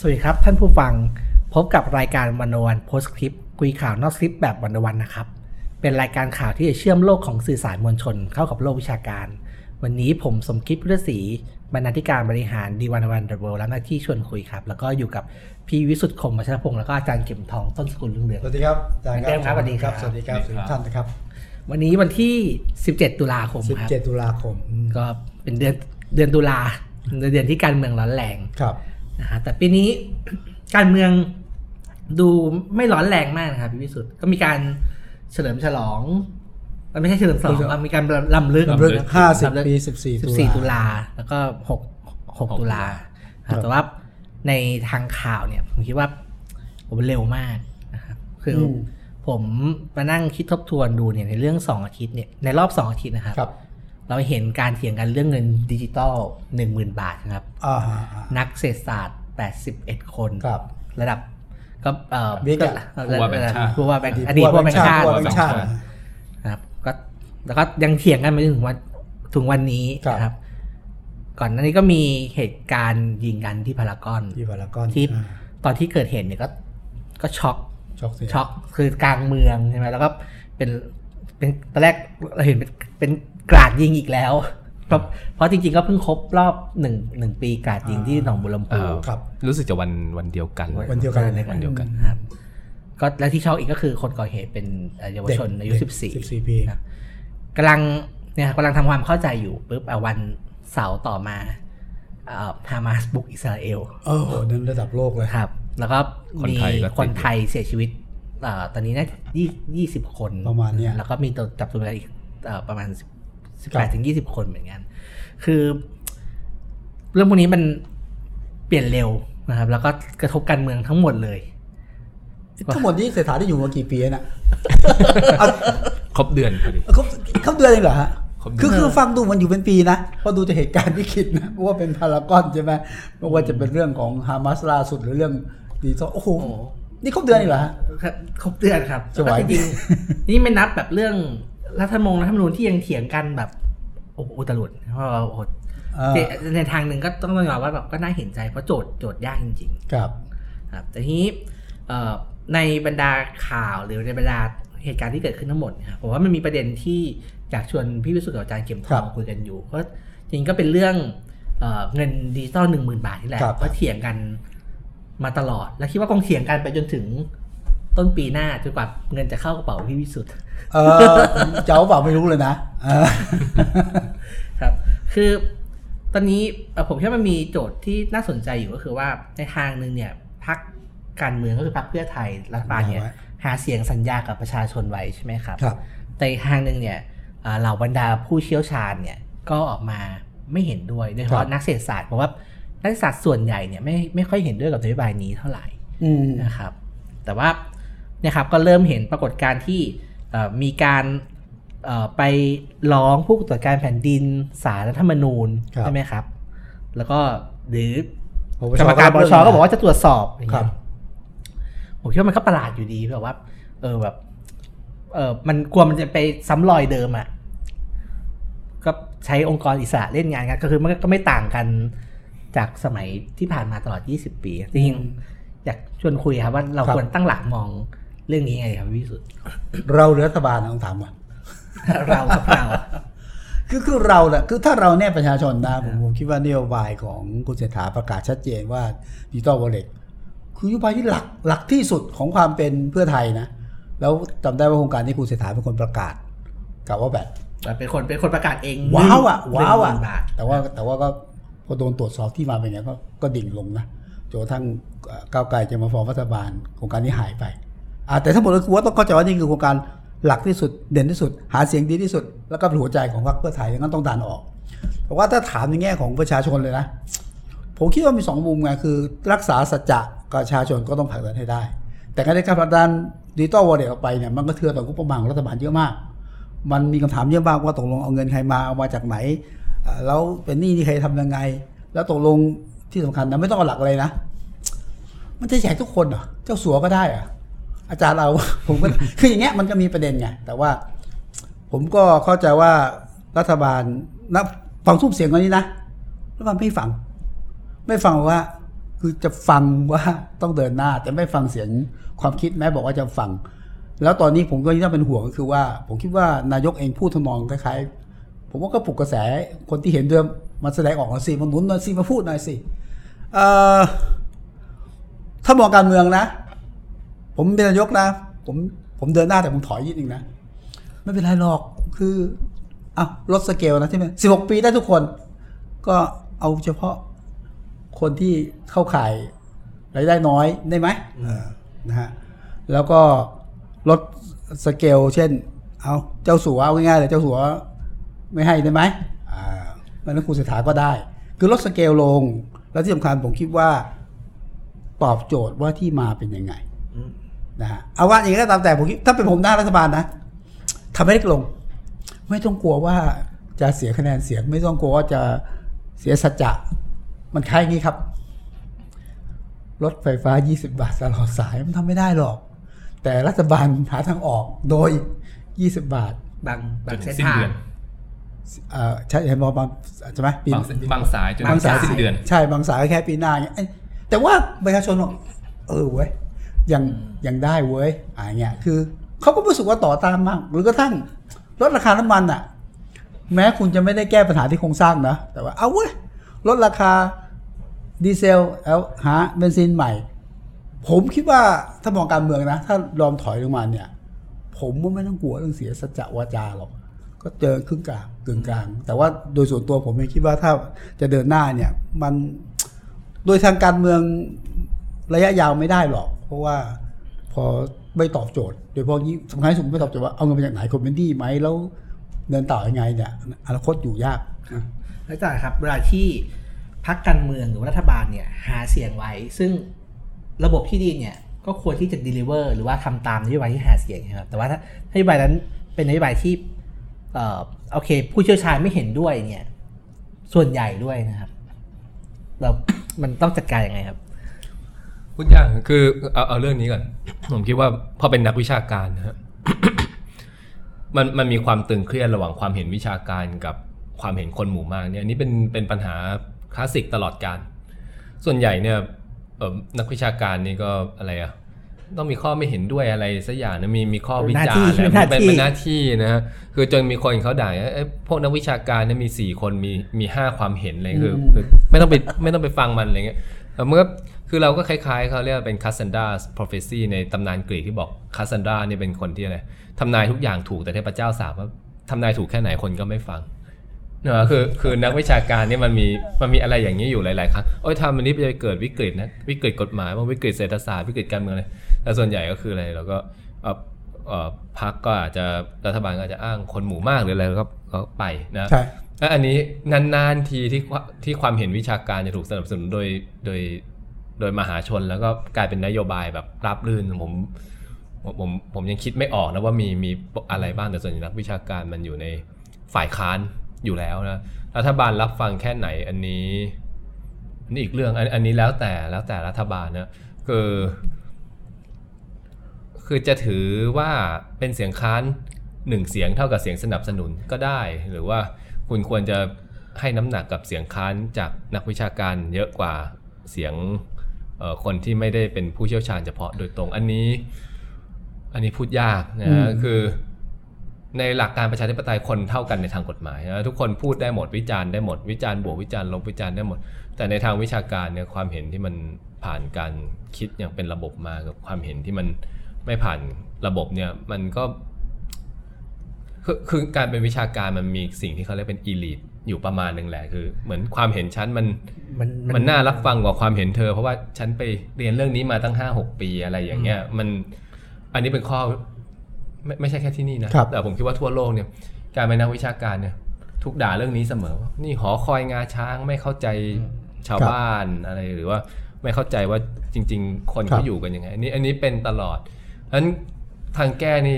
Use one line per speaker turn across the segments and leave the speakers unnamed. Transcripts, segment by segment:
วัสดีครับท่านผู้ฟังพบกับรายการวันวันโพสต์คลิปคุยข่าวนอกคลิปแบบวันวันนะครับเป็นรายการข่าวที่จะเชื่อมโลกของสื่อสารมวลชนเข้ากับโลกวิชาการวันนี้ผมสมคิดพุทธศรีบรรณาธิการบริหารดีวันเดอะเวิลด์และหน้าที่ชวนคุยครับแล้วก็อยู่กับพี่วิสุทธิ์คมวัชรพงศ์แล้วก็อาจารย์เข็มทองต้นสกุลรุ่งเรือง
สวัสดีครับอาจารย์
ครับสวัสดีครับ
สวัสดีครับทุกท่านนะครับ
วันนี้วันที่17ตุลาคมครับ
17ตุลาคม
ก็เป็นเดือนตุลาเดือนที่การเมืองร้อนแรง
ครับ
นะฮะแต่ปีนี้การเมืองดูไม่ร้อนแรงมากนะครับพี่วิสุทธิ์ก็มีการเฉลิมฉลองมันไม่ใช่เฉลิมฉลองมีการรำลึก
50 ปี
14ตุลาแล้วก็6ตุลาแต่ว่าในทางข่าวเนี่ยผมคิดว่าผมเร็วมากนะครับคือผมมานั่งคิดทบทวนดูเนี่ยในเรื่อง2อาทิตย์เนี่ยในรอบ2อาทิตย์นะครับเราเห็นการเถียงกันเรื่องเงินดิจิตอล 10,000 บาทนะครับนักเศรษฐศาสตร์81คนระดับก็
ผู้ว่าแบงค์ชาติ
อดีตผู้ว่าแบงค์ชาตินะครับก็แล้วก็ยังเถียงกันมาถึงวันนี้นะครับก่อนหน้านี้ก็มีเหตุการณ์ยิงกันที่พารากอนที่ตอนที่เกิดเหตุเนี่ยก็ช็อกคือกลางเมืองใช่ไหมแล้วก็เป็นตอนแรกเราเห็นเป็นกราดยิงอีกแล้วเพราะจริงๆก็เพิ่งครบรอบ1ปีกราดยิงที่หนองบัวลำพู
รู้สึกจะวันเดียวกัน
ครับก็และที่ช็อกอีกก็คือคนก่อเหตุเป็นเยาวชนอายุ14
ปี
กำลังทำความเข้าใจอยู่ปุ๊บวันเสาร์ต่อมาฮามาสบุกอิสราเอล
นั่นระดับโลกเลย
ครับแล้วก็มีคนไทยเสียชีวิตตอนนี้น่า20 คน
ประมาณนี้
แล้วก็มีตัวจับตัวไปอีกประมาณ18-20 คนเหมือนกันคือเรื่องพวกนี้มันเปลี่ยนเร็วนะครับแล้วก็กระทบการเมืองทั้งหมดเลย
ทั้งหมดนี้เศรษฐาได้อยู่มากี่ปีน่ะ
ครบเดือนพอดี
ครบเดือนเองเหรอฮะคือฟังดูมันอยู่เป็นปีนะพอดูจากเหตุการณ์ที่คิดนะว่าเป็นพารากอนใช่ไหมไม่ว่าจะเป็นเรื่องของฮามาสล่าสุดหรือเรื่องดีโซโอ้โหนี่ครบเดือนเองเหรอฮะ
ครบเดือนครับจริงๆนี่ไม่นับแบบเรื่องรัฐธรรมนูญที่ยังเถียงกันแบบอุตลุดเพราะในทางหนึ่งก็ต้องยอมรับว่าแบบก็น่าเห็นใจเพราะโจทย์ยากจริง
ๆครับ
แต่ทีนี้ในบรรดาข่าวหรือในบรรดาเหตุการณ์ที่เกิดขึ้นทั้งหมดครับผมว่ามันมีประเด็นที่อยากชวนพี่วิสุทธิ์กับอาจารย์เข็มทองคุยกันอยู่เพราะจริงก็เป็นเรื่องเงินดิจิตอล 10,000 บาทนี่แหละเพราะเถียงกันมาตลอดและคิดว่าคงเถียงกันไปจนถึงต้นปีหน้าจนกว่าเงินจะเข้ากระเป๋าพี่วิสุทธิ์
เจ้าเปล่าไม่รู้เลย
นะครับคือตอนนี้ผมคิดว่ามันมีโจทย์ที่น่าสนใจอยู่ก็คือว่าในทางนึงเนี่ยพรรคการเมืองก็คือพรรคเพื่อไทยรัฐบาลเนี่ยหาเสียงสัญญากับประชาชนไว้ใช่ไหมครับแต่ทางนึงเนี่ยเหล่าบรรดาผู้เชี่ยวชาญเนี่ยก็ออกมาไม่เห็นด้วยโดยเฉพาะนักเศรษฐศาสตร์เพราะว่านักเศรษฐศาสตร์ส่วนใหญ่เนี่ยไม่ค่อยเห็นด้วยกับนโยบายนี้เท่าไหร่นะครับแต่ว่าเนี่ยครับก็เริ่มเห็นปรากฏการณ์ที่มีการไปร้องผู้ตรวจการแผ่นดินศาลรัฐธรรมนูญใช่ไหมครับแล้วก็หรือกรรมการปปชก็บอกว่าจะตรวจสอบผมคิดว่ามันก็ประหลาดอยู่ดีแบบว่าแบบมันกลัวมันจะไปซ้ำรอยเดิมอ่ะก็ใช้องค์กรอิสระเล่นงานกันก็คือมันก็ไม่ต่างกันจากสมัยที่ผ่านมาตลอด20 ปีจริงอยากชวนคุยครับว่าเราควรตั้งหลักมองเรื่องนี้ไงครับพี่สุด
เรารัฐบาลต้องถามว่า
เราครับเรา
คือเราแหละคือถ้าเราเนี่ยประชาชนนะผมคิดว่านโยบายของคุณเศรษฐาประกาศชัดเจนว่าดิจิตอลวอลเล็ตคือนโยบายที่หลักที่สุดของความเป็นเพื่อไทยนะแล้วจำได้ว่าโครงการที่คุณเศรษฐาเป็นคนประกาศกับว่าแบบ
เป็นคนประกาศเอง
ว้าวแต่ว่าก็พอโดนตรวจสอบที่มาเป็นไงก็ดิ่งลงนะจนกระทั่งก้าวไกลจะมาฟอร์มรัฐบาลโครงการนี้หายไปแต่ทั้งหมดก็คือว่าต้องเข้าใจว่านี่คือโครงการหลักที่สุดเด่นที่สุดหาเสียงดีที่สุดแล้วก็เป็นหัวใจของพรรคเพื่อไทยงั้นต้องดันออกเพราะว่าถ้าถามในแง่ของประชาชนเลยนะผมคิดว่ามี2มุมไงคือรักษาสัจจะประชาชนก็ต้องผลักดันให้ได้แต่การผลักดันดิจิตอลวอลเล็ตออกไปเนี่ยมันก็เทือนต่องบประมาณของรัฐบาลเยอะมากมันมีคำถามเยอะมากว่าตกลงเอาเงินใครมาเอามาจากไหนแล้วเป็นหนี้ที่ใครทำยังไงแล้วตกลงที่สำคัญนะไม่ต้องเอาหลักอะไรนะมันจะแจกทุกคนเหรอเจ้าสัวก็ได้อะอาจารย์เราผมก็คืออย่างเงี้ยมันก็มีประเด็นไงแต่ว่าผมก็เข้าใจว่ารัฐบาลนับฟังซุ้มเสียงตอนนี้นะรัฐบาลไม่ฟังว่าคือจะฟังว่าต้องเดินหน้าแต่ไม่ฟังเสียงความคิดแม้บอกว่าจะฟังแล้วตอนนี้ผมก็ยิ่งเป็นห่วงก็คือว่าผมคิดว่านายกเองพูดทำนองคล้ายๆผมว่าก็ปลุกกระแสคนที่เห็นด้วยมาแสดงออกหน่อยสิมาหนุนหน่อยสิมาพูดหน่อยสิถ้ามองการเมืองนะผมเป็นนายกนะผมเดินหน้าแต่ผมถอยนิดนึงนะไม่เป็นไรหรอกคือลดสเกลนะใช่ไหม16 ปีได้ทุกคนก็เอาเฉพาะคนที่เข้าข่ายรายได้น้อยได้ไหมนะฮะแล้วก็ลดสเกลเช่นเอาเจ้าสัวเอาง่ายๆเลยเจ้าสัวไม่ให้ได้ไหมมันนั้นคุณเศรษฐาก็ได้คือลดสเกลลงแล้วที่สำคัญผมคิดว่าตอบโจทย์ว่าที่มาเป็นยังไงนะฮะเอาว่าอย่างนี้ก็ตามแต่ผมคิดถ้าเป็นผมหน้ารัฐบาลนะทำให้เล็กลงไม่ต้องกลัวว่าจะเสียคะแนนเสียงไม่ต้องกลัวว่าจะเสียสัจจะมันคล้ายอย่างนี้ครับรถไฟฟ้า20 บาทตลอดสายมันทำไม่ได้หรอกแต่รัฐบาลหาทางออกโดย20 บาท
บางเส้นทาง
ใช่เห็นบอกบางใช่ไหม
บางสายจนสิ้นเดือน
ใช่บางสายแค่ปีหน้าแต่ว่าประชาชนบอกเว้ยยังได้เว้ยอย่างเงี้ยคือเขาก็รู้สึกว่าต่อต้านมากหรือกระทั่งลดราคาน้ำมันอ่ะแม้คุณจะไม่ได้แก้ปัญหาที่โครงสร้างนะแต่ว่าเอาเว้ยลดราคาดีเซลแล้วหาเบนซินใหม่ผมคิดว่าถ้ามองการเมืองนะถ้ายอมถอยลงมาเนี่ยผมว่าไม่ต้องกลัวเรื่องเสียสัจจะวาจาหรอกก็เจอครึ่งกลางแต่ว่าโดยส่วนตัวผมคิดว่าถ้าจะเดินหน้าเนี่ยมันโดยทางการเมืองระยะยาวไม่ได้หรอกเพราะว่าพอไม่ตอบโจทย์โดยเฉพาะยิ่งสำคัญที่สุดไม่ตอบโจทย์ว่าเอาเงินมาจากไหนคนเป็นหนี้ไหมแล้วเดินต่อยังไงเนี่ยอนาคตอยู่ยาก
แล้วจากครับเวลาที่พรรคการเมืองหรือรัฐบาลเนี่ยหาเสียงไว้ซึ่งระบบที่ดีเนี่ยก็ควรที่จะ deliver หรือว่าทำตามนโยบายที่หาเสียงครับแต่ว่าถ้านโยบายนั้นเป็นนโยบายที่โอเคผู้เชี่ยวชาญไม่เห็นด้วยเนี่ยส่วนใหญ่ด้วยนะครับมันต้องจัดการยังไงครับ
พูดยากคือเอาเรื่องนี้ก่อนผมคิดว่าพอเป็นนักวิชาการนะฮะ มันมีความตึงเครียดระหว่างความเห็นวิชาการกับความเห็นคนหมู่มากเนี่ยอันนี้เป็นปัญหาคลาสสิกตลอดกาลส่วนใหญ่เนี่ยนักวิชาการนี่ก็อะไรต้องมีข้อไม่เห็นด้วยอะไรสักอย่างนะมีข้อวิจารณ์แล้วเป็นหน้าที่นะคือจนมีคนเขาด่าพวกนักวิชาการเนี่ยมี4 คนมี5 ความเห็นอะไรคือไม่ต้องไปฟังมันอะไรเงี้ยเมื่อคือเราก็คล้ายๆเขาเรียกเป็น Cassandra's prophecy ในตำนานกรีกที่บอก Cassandra เนี่ยเป็นคนที่อะไรทำนายทุกอย่างถูกแต่เทพเจ้าสาปว่าทำนายถูกแค่ไหนคนก็ไม่ฟังนะคือนักวิชาการเนี่ยมันมีอะไรอย่างนี้อยู่หลายๆครั้งทำอันนี้จะเกิดวิกฤตนะวิกฤตกฎหมายว่าวิกฤตเศรษฐศาสตร์วิกฤตการเมืองเลยแต่ส่วนใหญ่ก็คืออะไรเราก็พรรคก็อาจจะรัฐบาลก็อาจจะอ้างคนหมู่มากหรืออะไรก็ไปนะและอันนี้นานๆทีที่ความเห็นวิชาการจะถูกสนับสนุนโดยมหาชนแล้วก็กลายเป็นนโยบายแบบราบรื่นผมยังคิดไม่ออกนะว่ามีอะไรบ้างแต่ส่วนใหญ่นักวิชาการมันอยู่ในฝ่ายค้านอยู่แล้วนะรัฐบาลรับฟังแค่ไหนอันนี้อีกเรื่องอันนี้แล้วแต่รัฐบาลนะคือจะถือว่าเป็นเสียงค้าน1 เสียงเท่ากับเสียงสนับสนุนก็ได้หรือว่าคุณควรจะให้น้ำหนักกับเสียงค้านจากนักวิชาการเยอะกว่าเสียงคนที่ไม่ได้เป็นผู้เชี่ยวชาญเฉพาะโดยตรงอันนี้พูดยากนะคือในหลักการประชาธิปไตยคนเท่ากันในทางกฎหมายนะทุกคนพูดได้หมดวิจารณ์ได้หมดวิจารณ์บวกวิจารณ์ลบวิจารณ์ได้หมดแต่ในทางวิชาการเนี่ยความเห็นที่มันผ่านการคิดอย่างเป็นระบบมากับความเห็นที่มันไม่ผ่านระบบเนี่ยมันก็คือการเป็นวิชาการมันมีสิ่งที่เขาเรียกเป็น elite อยู่ประมาณนึงแหละคือเหมือนความเห็นฉันมันน่ารับฟังกว่าความเห็นเธอเพราะว่าฉันไปเรียนเรื่องนี้มาตั้ง 5-6 ปีอะไรอย่างเงี้ยอันนี้เป็นข้อไม่ใช่แค่ที่นี่นะแต่ผมคิดว่าทั่วโลกเนี่ยการเป็นนักวิชาการเนี่ยทุกด่าเรื่องนี้เสมอนี่หอคอยงาช้างไม่เข้าใจชาวบ้านอะไรหรือว่าไม่เข้าใจว่าจริงๆคนเขาอยู่กันยังไงอันนี้เป็นตลอดฉะนั้นทางแก้นี่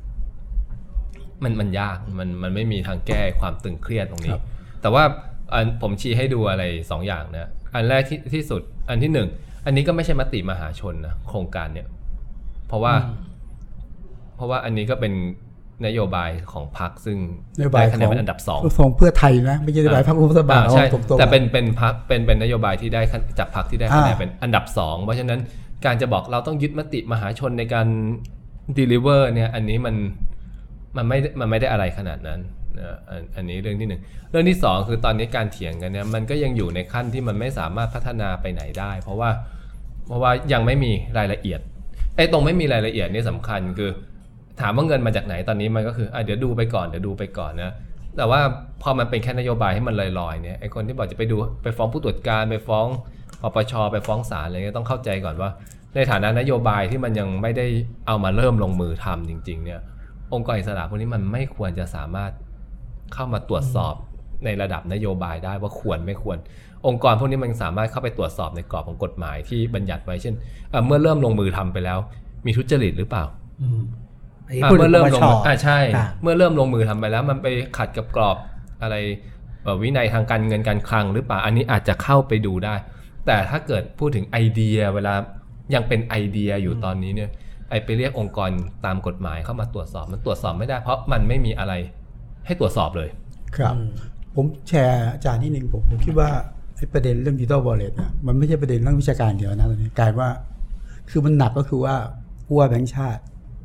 มันยากมันไม่มีทางแก้ความตึงเครียดตรงนี้แต่ว่าผมชี้ให้ดูอะไร2 อย่างนะอันแรกที่สุดอันที่1อันนี้ก็ไม่ใช่มติมหาชนนะโครงการเนี่ยเพราะว่าอันนี้ก็เป็นนโยบายของพรรคซึ่ง
นโยบาย
ได้คะแนนเป็นอันดับ2
ของเพื่อไทยนะไม่ใช่นโยบายพรรครัฐบาล
ใช่
ตรงๆ
แต่เป็นพรรคเป็นนโยบายที่ได้จากพรรคที่ได้คะแนนเป็นอันดับ2เพราะฉะนั้นการจะบอกเราต้องยึดมติมหาชนในการ deliver เนี่ยอันนี้มันไม่ได้อะไรขนาดนั้นอันนี้เรื่องที่1เรื่องที่2คือตอนนี้การเถียงกันเนี่ยมันก็ยังอยู่ในขั้นที่มันไม่สามารถพัฒนาไปไหนได้เพราะว่ายังไม่มีรายละเอียดตรงไม่มีรายละเอียดนี่สำคัญคือถามว่าเงินมาจากไหนตอนนี้มันก็คือเดี๋ยวดูไปก่อนนะแต่ว่าพอมันเป็นแค่นโยบายให้มันลอยๆเนี่ยไอ้คนที่บอกจะไปฟ้องผู้ตรวจการไปฟ้องปปชไปฟ้องศาลอะไรเงี้ยต้องเข้าใจก่อนว่าในฐานะนโยบายที่มันยังไม่ได้เอามาเริ่มลงมือทำจริงๆเนี่ยองค์กรอิสระพวกนี้มันไม่ควรจะสามารถเข้ามาตรวจสอบในระดับนโยบายได้ว่าควรไม่ควรองค์กรพวกนี้มันสามารถเข้าไปตรวจสอบในกรอบของกฎหมายที่บัญญัติไว้เช่นเมื่อเริ่มลงมือทำไปแล้วมีทุจริตหรือเปล่าเมื่อเริ่มลงมือใช่เมื่อเริ่มลงมือทำไปแล้วมันไปขัดกับกรอบอะไรวินัยทางการเงินการคลังหรือเปล่าอันนี้อาจจะเข้าไปดูได้แต่ถ้าเกิดพูดถึงไอเดียเวลายังเป็นไอเดียอยู่ตอนนี้เนี่ยไปเรียกองค์กรตามกฎหมายเข้ามาตรวจสอบมันตรวจสอบไม่ได้เพราะมันไม่มีอะไรให้ตรวจสอบเลย
ครับผมแชร์อาจารย์นิดนึงผมคิดว่าประเด็นเรื่อง Digital Wallet เนี่ยมันไม่ใช่ประเด็นเรื่องวิชาการเดียวนะตอนนี้กลายว่าคือมันหนักก็คือว่าผู้ว่าแบงค์ชาติ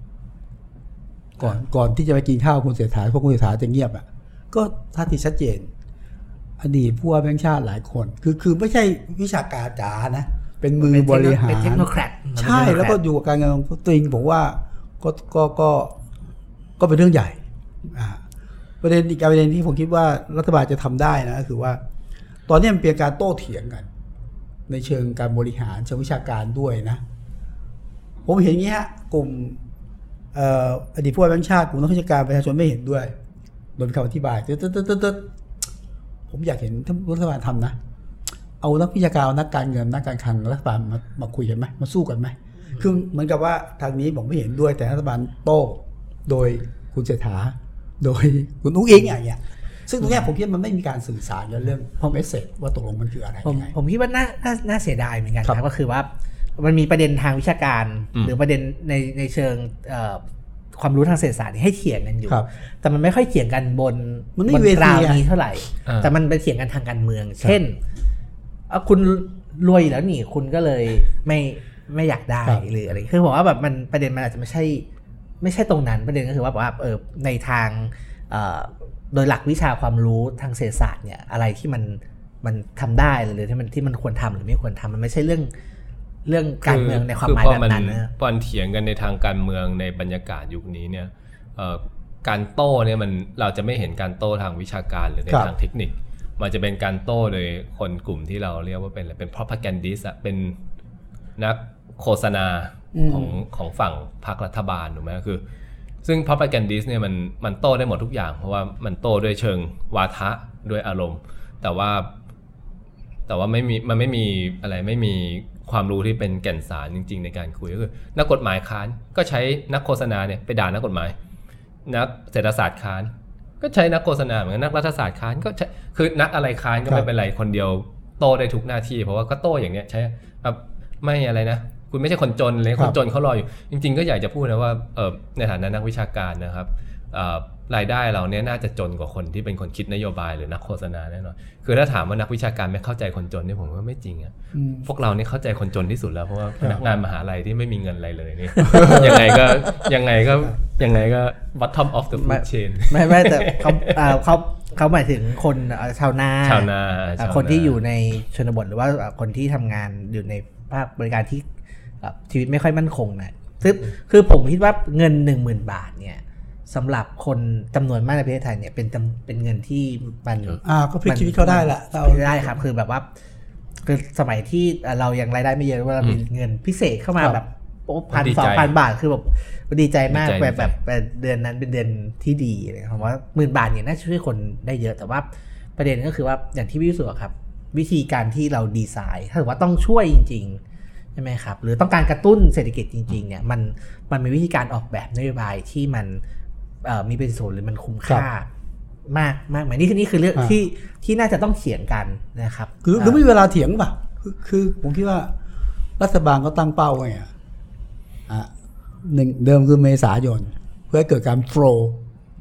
ก่อนที่จะไปกินข้าวคุณเศรษฐาพวกคุณเศรษฐาจะเงียบก็ท่าทีชัดเจนอดีตผู้ว่าแบงค์ชาติหลายคนคือไม่ใช่วิชาการจ๋านะเป็นมือบริหาร
เป็นเทคโนแครต
ใช่แล้วก็อยู่กับการเงินตัวเองผมว่าก็เป็นเรื่องใหญ่ประเด็นอีกประเด็นที่ผมคิดว่ารัฐบาลจะทำได้นะก็คือว่าตอนนี้มันเป็นการโต้เถียงกันในเชิงการบริหารเชิงวิชาการด้วยนะผมเห็นอย่างนี้ฮะกลุ่มอดีตผู้ว่าแบงค์ชาติกลุ่มนักวิชาการประชาชนไม่เห็นด้วยโดนคำอธิบายผมอยากเห็นถ้ารัฐบาลทำนะเอานักวิชาการนักการเงินนักการคลังรัฐบาลมาคุยกันไหมมาสู้กันไหมคือเหมือนกับว่าทางนี้ผมไม่เห็นด้วยแต่รัฐบาลโต้โดยคุณเศรษฐาโดยคุณอุ้งอิงอย่างเงี้ยซึ่งตรงนี้ผมคิดมันไม่มีการสื่อสารเรื่องเมสเสจว่าตกลงมันคืออะไร
ผมคิดว่าน่าเสียดายเหมือนกันครับก็คือว่ามันมีประเด็นทางวิชาการหรือประเด็นในเชิงความรู้ทางเศรษฐศาสตร์ให้เถียงกันอยู่แต่มันไม่ค่อยเถียงกันบนกราวนี้เท่าไหร่แต่มันไปเถียงกันทางการเมืองเช่นคุณรวยอยู่แล้วนี่คุณก็เลยไม่อยากได้หรืออะไรคือผมว่าแบบมันประเด็นมันอาจจะไม่ใช่ตรงนั้นประเด็นก็คือว่าในทางโดยหลักวิชาความรู้ทางเศรษฐศาสตร์เนี่ยอะไรที่มันทำได้หรือที่มันควรทำหรือไม่ควรทำมันไม่ใช่เรื่องการเมืองในความหมายแบบนั้นนะ
พอเถียงกันในทางการเมืองในบรรยากาศยุคนี้เนี่ยการโต้เนี่ยเราจะไม่เห็นการโต้ทางวิชาการหรือในทางเทคนิคมันจะเป็นการโต้โดยคนกลุ่มที่เราเรียกว่าเป็น propagandist เป็นนักโฆษณาของฝั่งพรรครัฐบาลถูกไหมคือซึ่ง propagandist เนี่ยมันโต้ได้หมดทุกอย่างเพราะว่ามันโต้ด้วยเชิงวาทะด้วยอารมณ์แต่ว่ามันไม่มีอะไรไม่มีความรู้ที่เป็นแก่นสารจริงๆในการคุยก็คือนักกฎหมายค้านก็ใช้นักโฆษณาเนี่ยไปด่านักกฎหมายนักเศรษฐศาสตร์ค้านก็ใช้นักโฆษณาเหมือนนักรัฐศาสตร์ค้านก็คือนักอะไรค้านก็ไม่เป็นไรคนเดียวโต้ได้ทุกหน้าที่เพราะว่าก็โต้อย่างเนี้ยใช้ไม่อะไรนะคุณไม่ใช่คนจนเลยคนจนเขารออยู่จริงๆก็อยากจะพูดนะว่าในฐานะนักวิชาการนะครับรายได้เราเนี่ยน่าจะจนกว่าคนที่เป็นคนคิดนโยบายหรือนักโฆษณาแน่นอนคือถ้าถามว่านักวิชาการไม่เข้าใจคนจนนี่ผมว่าไม่จริงอ่ะพวกเรานี่เข้าใจคนจนที่สุดแล้วเพราะว่าพนักงานมหาลัยที่ไม่มีเงินอะไรเลยนี่ ยังไงก็ bottom of the food chain
ไม่แต่เขาหมายถึงคนชาวนาคนที่อยู่ในชนบทหรือว่าคนที่ทำงานอยู่ในภาคบริการที่ชีวิตไม่ค่อยมั่นคงนะคือผมคิดว่าเงิน 10,000 บาทเนี่ยสำหรับคนจำนวนมากในประเทศไทยเนี่ยเป็นเงินที่มัน
ก็พลิกชีวิตเขาได้ละ
ได้ครับคือแบบว่าคือสมัยที่เรายังรายได้ไม่เยอะว่าเรามีเงินพิเศษเข้ามาแบบ 1,000-2,000 บาทคือแบบดีใจมากแบบเดือนนั้นเป็นเดือนที่ดีเลยผมว่า 10,000 บาทเนี่ยน่าจะช่วยคนได้เยอะแต่ว่าประเด็นก็คือว่าอย่างที่พี่วิสุทธ์ครับวิธีการที่เราดีไซน์ถ้าว่าต้องช่วยจริงๆใช่ไหมครับหรือต้องการกระตุ้นเศรษฐกิจจริงๆเนี่ยมันมีวิธีการออกแบบนโยบายที่มันมีประโยชน์หรือมันคุ้มค่ามากไหมนี่คือเรื่องที่น่าจะต้องเถียงกันนะครับ
คือไม่มีเวลาเถียงป่ะคือผมคิดว่ารัฐบาลก็ตั้งเป้าไว้1เดิมคือเมษายนเพื่อให้เกิดการโฟลว์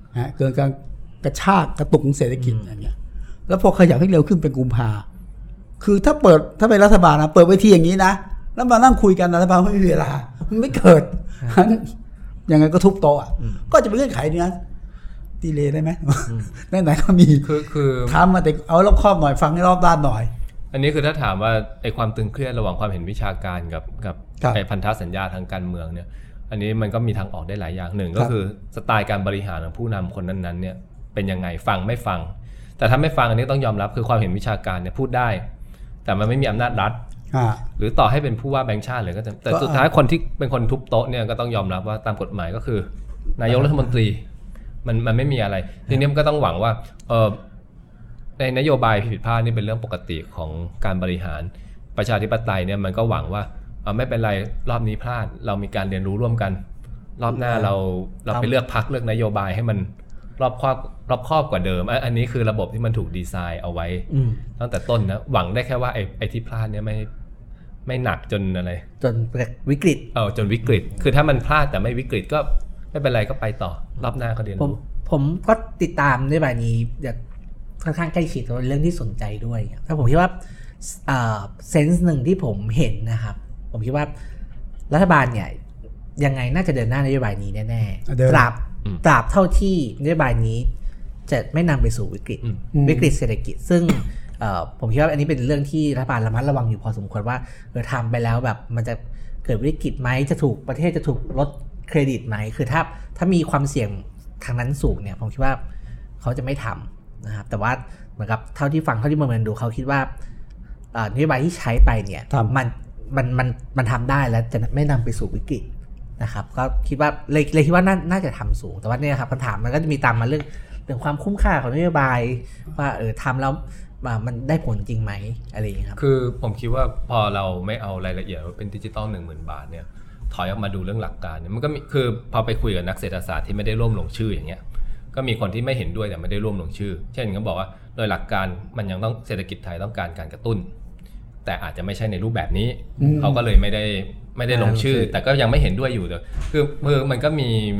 นะเกินการกระชากกระตุกของเศรษฐกิจอย่างเงี้ยแล้วพอขยับให้เร็วขึ้นเป็นกุมภาคือถ้าเป็นรัฐบาลนะเปิดเวทีอย่างนี้นะแล้วมานั่งคุยกันรัฐบาลไม่มีเวลามันไม่เกิดยังไงก็ทุบโต๊ะก็จะเป็นเงื่อนไขนี้นะดีเลยได้ไหมไหนๆก็มี
คือ
ทำมาแต่เอารอบครอบหน่อยฟังให้รอบด้านหน่อย
อันนี้คือถ้าถามว่าไอ้ความตึงเครียดระหว่างความเห็นวิชาการกับไอ้พันธสัญญาทางการเมืองเนี่ยอันนี้มันก็มีทางออกได้หลายอย่างหนึ่งก็คือสไตล์การบริหารของผู้นำคนนั้นๆเนี่ยเป็นยังไงฟังไม่ฟังแต่ถ้าไม่ฟังอันนี้ต้องยอมรับคือความเห็นวิชาการเนี่ยพูดได้แต่มันไม่มีอำนาจรัฐหรือต่อให้เป็นผู้ว่าแบงค์ชาติเลยก็แต่สุดท้ายคนที่เป็นคนทุบโต๊ะเนี่ยก็ต้องยอมรับว่าตามกฎหมายก็คือนายกรัฐมนตรีมันไม่มีอะไรทีนี้มันก็ต้องหวังว่าในนโยบายผิดพลาดนี่เป็นเรื่องปกติของการบริหารประชาธิปไตยเนี่ยมันก็หวังว่าไม่เป็นไรรอบนี้พลาดเรามีการเรียนรู้ร่วมกันรอบหน้าเราไปเลือกพรรคเลือกนโยบายให้มันรอบครอบกว่าเดิมอันนี้คือระบบที่มันถูกดีไซน์เอาไว้ตั้งแต่ต้นนะหวังได้แค่ว่าไอ้ที่พลาดเนี่ยไม่หนักจนอะไร
จนวิกฤต
จนวิกฤตคือถ้ามันพลาดแต่ไม่วิกฤตก็ไม่เป็นไรก็ไปต่อรอบหน้าก็เรียนรู้
ผมก็ติดตามในแบบนี้ค่อนข้างใกล้ชิดกับเรื่องที่สนใจด้วยแต่ผมคิดว่าเซนส์หนึ่งที่ผมเห็นนะครับผมคิดว่ารัฐบาลเนี่ยยังไงน่าจะเดินหน้านโยบายนี้แน่ๆตราบเท่าที่นโยบายนี้จะไม่นำไปสู่วิกฤตเศรษฐกิจซึ่งผมคิดว่าอันนี้เป็นเรื่องที่รัฐบาลระมัดระวังอยู่พอสมควรว่าทำไปแล้วแบบมันจะเกิดวิกฤตไหมจะถูกประเทศจะถูกลดเครดิตไหมคือถ้ามีความเสี่ยงทางนั้นสูงเนี่ยผมคิดว่าเขาจะไม่ทำนะครับแต่ว่าเหมือนกับเท่าที่ฟังเท่าที่ประเมินดูเขาคิดว่านโยบายที่ใช้ไปเนี่ยมันทำได้แล้วจะไม่นำไปสู่วิกฤตนะครับก็คิดว่าเลยคิดว่าน่าจะทำสูงแต่ว่าเนี่ยครับคำถามมันก็จะมีตามมาเรื่องความคุ้มค่าของนโยบายว่าทำแล้วมันได้ผลจริงไหมอะไรอย่างนี้ครับ
คือผมคิดว่าพอเราไม่เอารายละเอียดว่าเป็นดิจิตอล 10,000 บาทเนี่ยถอยออกมาดูเรื่องหลักการเนี่ยมันก็คือพอไปคุยกับนักเศรษฐศาสตร์ที่ไม่ได้ร่วมลงชื่ออย่างเงี้ยก็มีคนที่ไม่เห็นด้วยแต่ไม่ได้ร่วมลงชื่อเช่นเขาบอกว่าโดยหลักการมันยังต้องเศรษฐกิจไทยต้องการกระตุ้นแต่อาจจะไม่ใช่ในรูปแบบนี้เขาก็เลยไม่ได้ลงชื่อแต่ก็ยังไม่เห็นด้วยอยู่เลยคือมันก็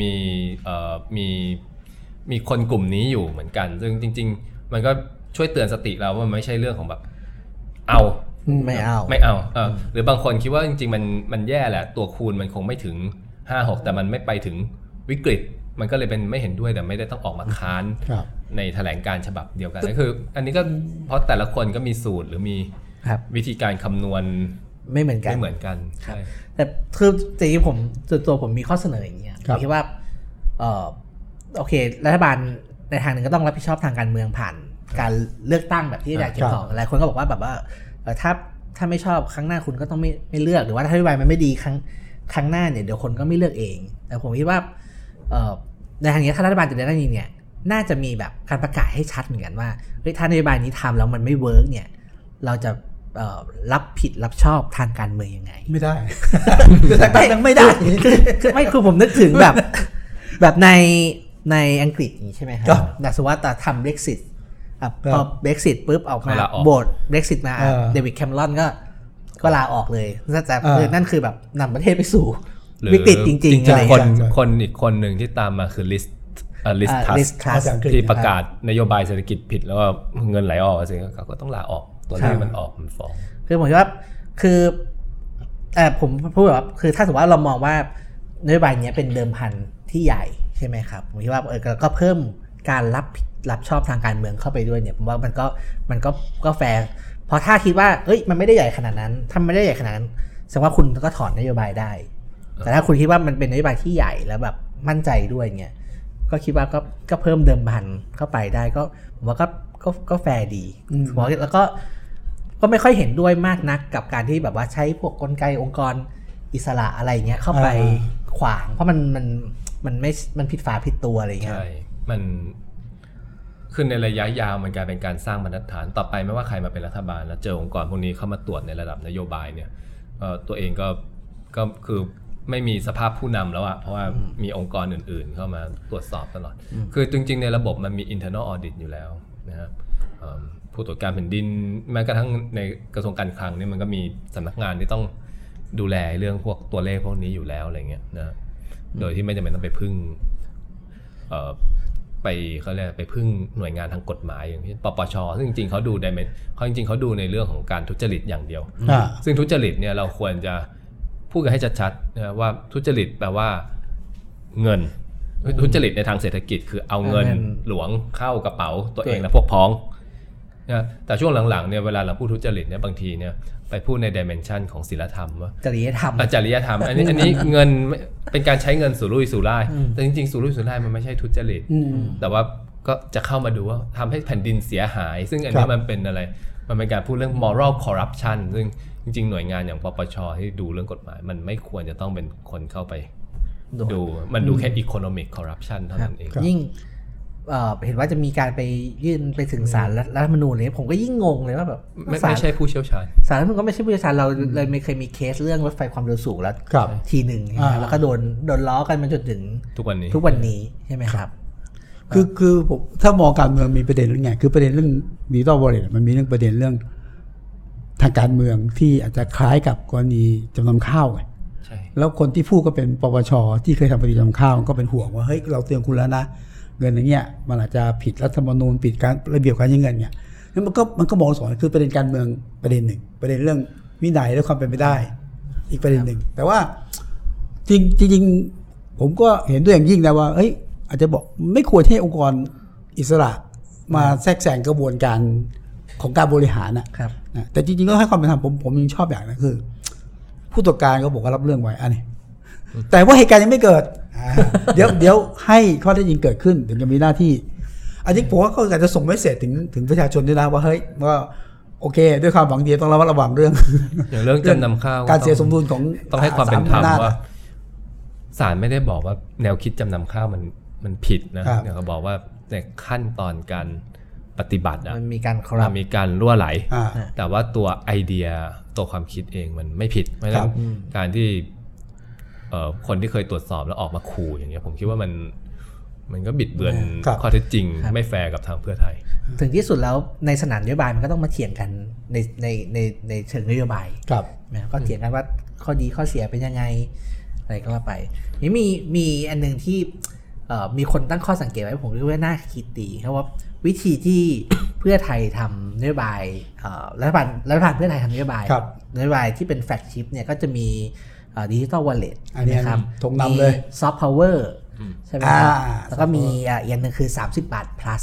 มีคนกลุ่มนี้อยู่เหมือนกันซึ่งจริงๆมันก็ช่วยเตือนสติเราว่ามันไม่ใช่เรื่องของแบบ
ไม่เอา
หรือบางคนคิดว่าจริงๆมันแย่แหละตัวคูณมันคงไม่ถึง 5-6 แต่มันไม่ไปถึงวิกฤตมันก็เลยเป็นไม่เห็นด้วยแต่ไม่ได้ต้องออกมาค้านในแถลงการฉบับเดียวกันนั่นคืออันนี้ก็เพราะแต่ละคนก็มีสูตรหรือมีวิธีการคำนวณ
ไม่เหมือนกัน
ใช่
แต่คือจริงๆผมตัวผมมีข้อเสนออย่างเงี้ยผมคิดว่าโอเครัฐบาลในทางหนึ่งก็ต้องรับผิดชอบทางการเมืองผ่านการเลือกตั้งแบบที่อาจารย์เขียนบอกหลายคนก็บอกว่าแบบว่าถ้าไม่ชอบครั้งหน้าคุณก็ต้องไม่เลือกหรือว่าถ้านโยบายมันไม่ดีครั้งหน้าเนี่ยเดี๋ยวคนก็ไม่เลือกเองแต่ผมคิดว่าในทางนี้ถ้ารัฐบาลจะเดินหน้านี้เนี่ยน่าจะมีแบบการประกาศให้ชัดเหมือนกันว่าถ้านโยบายนี้ทำแล้วมันไม่เวิร์กเนี่ยเราจะรับผิดรับชอบทางการเมืองยังไง
ไม่ได้
ไม่ได้ไม่คือผมนึกถึงแบบในอังกฤษนี่ใช่ไหมครับแต่สมมติว่าทำ Brexit พอ Brexit ปุ๊บออกมาโหวต Brexit มาเดวิดแคมเมรอนก็ลาออกเลยแต่นั่นคือแบบนำประเทศไปสู่วิกฤตจริงๆอะไร
คนอีกคนหนึ่งที่ตามมาคือลิสทัสที่ประกาศนโยบายเศรษฐกิจผิดแล้วก็เงินไหลออกสิเขาก็ต้องลาออกตัวเลขมันออกมันฟ้อง
คือผมคิดว่าคือผมพูดแบบคือถ้าสมมติว่าเรามองว่านโยบายนี้เป็นเดิมพันที่ใหญ่ใช่ไหมครับผมคิดว่าก็เพิ่มการรับชอบทางการเมืองเข้าไปด้วยเนี่ยผมว่ามันก็แฟร์เพราะถ้าคิดว่ามันไม่ได้ใหญ่ขนาดนั้นถ้าไม่ได้ใหญ่ขนาดนั้นแสดงว่าคุณก็ถอนนโยบายได้แต่ถ้าคุณคิดว่ามันเป็นนโยบายที่ใหญ่แล้วแบบมั่นใจด้วยเนี่ยก็คิดว่าก็เพิ่มเดิมพันเข้าไปได้ก็ผมว่าก็แฟร์ดีแล้วก็ไม่ค่อยเห็นด้วยมากนักกับการที่แบบว่าใช้พวกกลไกองค์กรอิสระอะไรเงี้ยเข้าไปขวางเพราะมันผิดฝาผิดตัวอะไรเงี้ย
ใช่มันคือในระยะยาวมันกลายเป็นการสร้างบรรทัดฐานต่อไปไม่ว่าใครมาเป็นรัฐบาลแล้วเจอองค์กรพวกนี้เข้ามาตรวจในระดับนโยบายเนี่ยตัวเองก็คือไม่มีสภาพผู้นำแล้วอะเพราะว่ามีองค์กรอื่นๆเข้ามาตรวจสอบตลอดคือจริงๆในระบบมันมี internal audit อยู่แล้วนะครับผู้ตรวจการแผ่นดินแม้กระทั่งในกระทรวงการคลังนี่มันก็มีสำนักงานที่ต้องดูแลเรื่องพวกตัวเลขพวกนี้อยู่แล้วอะไรเงี้ยนะโดยที่ไม่จำเป็นต้องไปพึ่งไปเขาเรียกไปพึ่งหน่วยงานทางกฎหมายอย่างเช่นปปช.ซึ่งจริงๆเขาดูเขาดูในเรื่องของการทุจริตอย่างเดียวซึ่งทุจริตเนี่ยเราควรจะพูดกันให้ชัดๆนะว่าทุจริตแปลว่าเงินทุจริตในทางเศรษฐกิจคือเอาเงินหลวงเข้ากระเป๋าตัวเองและพวกพ้องนะแต่ช่วงหลังๆเนี่ยเวลาเราพูดทุจริตเนี่ยบางทีเนี่ยไปพูดในดิเมนชันของศีลธรรมว่า
จริยธรรม
อันนี้เงินเป็นการใช้เงินสุรุ่ยสุร่ายแต่จริงๆสุรุ่ยสุร่ายมันไม่ใช่ทุจริตแต่ว่าก็จะเข้ามาดูว่าทำให้แผ่นดินเสียหายซึ่งอันนี้มันเป็นอะไรมันเป็นการพูดเรื่อง moral corruption ซึ่งจริงๆหน่วยงานอย่างปปช.ที่ดูเรื่องกฎหมายมันไม่ควรจะต้องเป็นคนเข้าไปดูมันดูแค่ economic corruption เท่านั้นเอง
ยิ่งเห็นว่าจะมีการไปยื่นไปถึงศาลรัฐธรรมนูญเลยผมก็ยิ่งงงเลยว่าแบบ
ไม่ใช่ผู้เชี่ยวชาญ
ศาลรัฐธรรมนูญก็ไม่ใช่ผู้เชี่ยวชาญเราเลยไม่เคยมีเคสเรื่องรถไฟความเร็วสูงแล้วทีหนึ่งแล้วก็โดนล้อกันมาจนถึงทุกวันนี้ใช่ไหมครับ
คือผมถ้ามองการเมืองมีประเด็นเรื่องไงคือประเด็นเรื่องดิจิทัลวอลเล็ตมันมีเรื่องประเด็นเรื่องทางการเมืองที่อาจจะคล้ายกับกรณีจำนำข้าวไงแล้วคนที่พูดก็เป็นปปช.ที่เคยทำคดีจำนำข้าวก็เป็นห่วงว่าเฮ้ยเราเตือนคุณแล้วนะเงินอย่างเงี้ยมันอาจจะผิดรัฐธรรมนูญผิดการระเบียบการใช้เงินเนี่ยแล้วมันก็มองสอนคือประเด็นการเมืองประเด็นหนึ่งประเด็นเรื่องวินัยและความเป็นไปได้อีกประเด็นหนึ่งแต่ว่าจริงผมก็เห็นด้วยอย่างยิ่งนะว่าเอ้ยอาจจะบอกไม่ควรให้องค์กรอิสระมาแทรกแซงกระบวนการของการบริหารนะแต่จริงๆก็ให้ความเป็นธรรมผมยังชอบอย่างนึงคือผู้ตรวจการก็บอกว่ารับเรื่องไว้อันนี้แต่ว่าเหตุการณ์ยังไม่เกิดเดี๋ยวให้ข้อเท็จจริงเกิดขึ้นถึงจะมีหน้าที่อันนี้ผมว่าเขาอาจจะส่งเมสเสจถึงประชาชนด้วยนะว่าเฮ้ยว่าโอเคด้วยความหวังดีต้องระวังเรื่อง
อย่างเรื่องจำนำข้าว
การเสียสมดุลของ
ต้องให้ความเป็นธรรมว่าศาลไม่ได้บอกว่าแนวคิดจำนำข้าวมันผิดนะอย่างเขาบอกว่าในขั้นตอนการปฏิบัติ
มันมีการ
รั่วไหลแต่ว่าตัวไอเดียตัวความคิดเองมันไม่ผิดเพราะฉะนั้นการที่คนที่เคยตรวจสอบแล้วออกมาขู่อย่างเงี้ยผมคิดว่ามันก็บิดเบือนข้อเท็จจริงไม่แฟร์กับทางเพื่อไทย
ถึงที่สุดแล้วในสนามนโยบายมันก็ต้องมาเถียงกันในเชิงนโยบายก็เถียงกันว่าข้อดีข้อเสียเป็นยังไงอะไรก็ว่าไปนี่มีอันนึงที่มีคนตั้งข้อสังเกตไว้ผมคิดว่าน่าคิดดีเพราะว่าวิธีที่เพื่อไทยทำนโยบายรัฐบาลเพื่อไทยทำนโยบายที่เป็นแฟลกชิพเนี่ยก็จะมีดิจิทัลวอลเล็ต
นะครับมี
ซอฟต์พาวเวอร์ใช่ไหมครับแล้วก็มีอีกนึงคือ30 บาท plus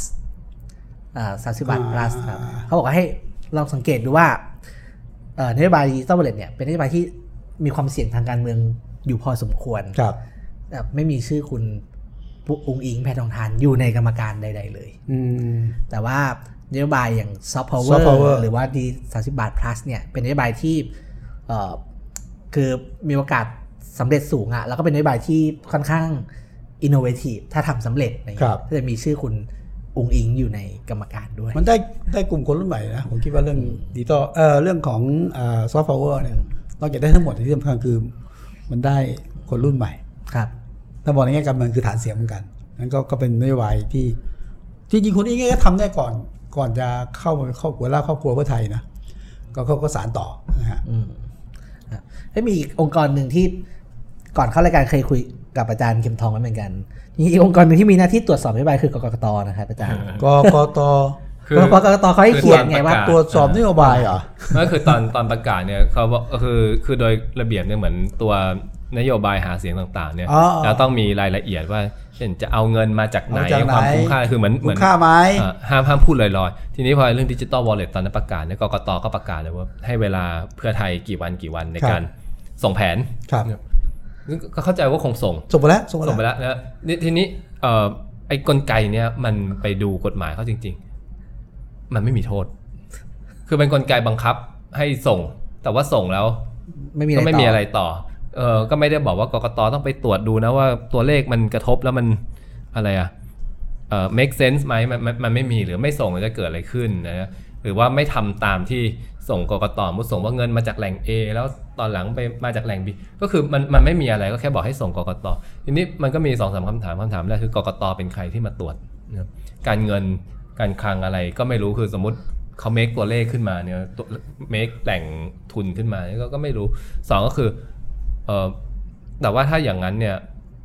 30 บาท plus ครับเขาบอกว่าให้ลองสังเกตดูว่านโยบายดิจิทัลวอลเล็ตเนี่ยเป็นนโยบายที่มีความเสี่ยงทางการเมืองอยู่พอสมควรไม่มีชื่อคุณอุ๊งอิ๊งแพทองธารอยู่ในกรรมการใดๆเลยแต่ว่านโยบายอย่างซอฟต์พาวเวอร์หรือว่าดี30 บาท plus เนี่ยเป็นนโยบายที่คือมีโอกาสสำเร็จสูงแล้วก็เป็นนโยบายที่ค่อนข้างอินโนเวทีฟถ้าทำสำเร็จก็จะมีชื่อคุณอุ๊งอิ๊งอยู่ในกรรมการด้วย
มันได้กลุ่มคนรุ่นใหม่นะผมคิดว่าเรื่องดิจิตอลเรื่องของซอฟต์พาวเวอร์เนี่ยนอกจากได้ทั้งหมดที่สำคัญคือมันได้คนรุ่นใหม่
ครับ
ถ้ามองในแง่การเมืองคือฐานเสียงเหมือนกันนั้นก็เป็นนโยบายที่จริงๆคนนี้ก็ทำได้ก่อนจะเข้ามาครอบครัวเพื่อไทยนะก็สานต่อนะฮะ
ให้มีองค์กรหนึ่งที่ก่อนเข้ารายการเคยคุยกับอาจารย์เข็มทองเหมือนกันมีองค์กรหนึ่งที่มีหน้าที่ตรวจสอบนโยบายคือกกต.นะครับอาจารย์
กกต.
กกต.เขาให้เขียนไงว่า
ตรวจสอบนโยบายเหรอ
ก็คือตอนประกาศเนี่ยเขาบอกคือโดยระเบียบเนี่ยเหมือนตัวนโยบายหาเสียงต่างๆเนี่ยจะต้องมีรายละเอียดว่าเช่นจะเอาเงินมาจากไหนความคุ้มค่าคือเหมือน
ค่าไหม
ห้ามพูดลอยๆทีนี้พอเรื่องดิจิตอลวอลเล็ตตอนนั้นประกาศเนี่ยกกต.ก็ประกาศเลยว่าให้เวลาเพื่อไทยกี่วันในการส่งแผนก็เข้าใจว่าคงส่ง
ไปแล้ว
นะทีนี้ไอ้กลไกเนี่ยมันไปดูกฎหมายเขาจริงๆมันไม่มีโทษคือเป็นกลไกบังคับให้ส่งแต่ว่าส่งแล้วก็ไม่มีอะไรต่อก็ไม่ได้บอกว่ากกต.ต้องไปตรวจดูนะว่าตัวเลขมันกระทบแล้วมันอะไรmake sense ไหมมันไม่มีหรือไม่ส่งจะเกิดอะไรขึ้นนะหรือว่าไม่ทำตามที่ส่งกกต.มุดส่งว่าเงินมาจากแหล่ง A แล้วตอนหลังไปมาจากแหล่ง B ก็คือมันไม่มีอะไรก็แค่บอกให้ส่งกกต.ทีนี้มันก็มี 2-3 คำถามแรกคือกกต.เป็นใครที่มาตรวจนะการเงินการคลังอะไรก็ไม่รู้คือสมมติเขาเมคตัวเลขขึ้นมาเนี่ยเมคแหล่งทุนขึ้นมาก็ไม่รู้2ก็คือแต่ว่าถ้าอย่างนั้นเนี่ย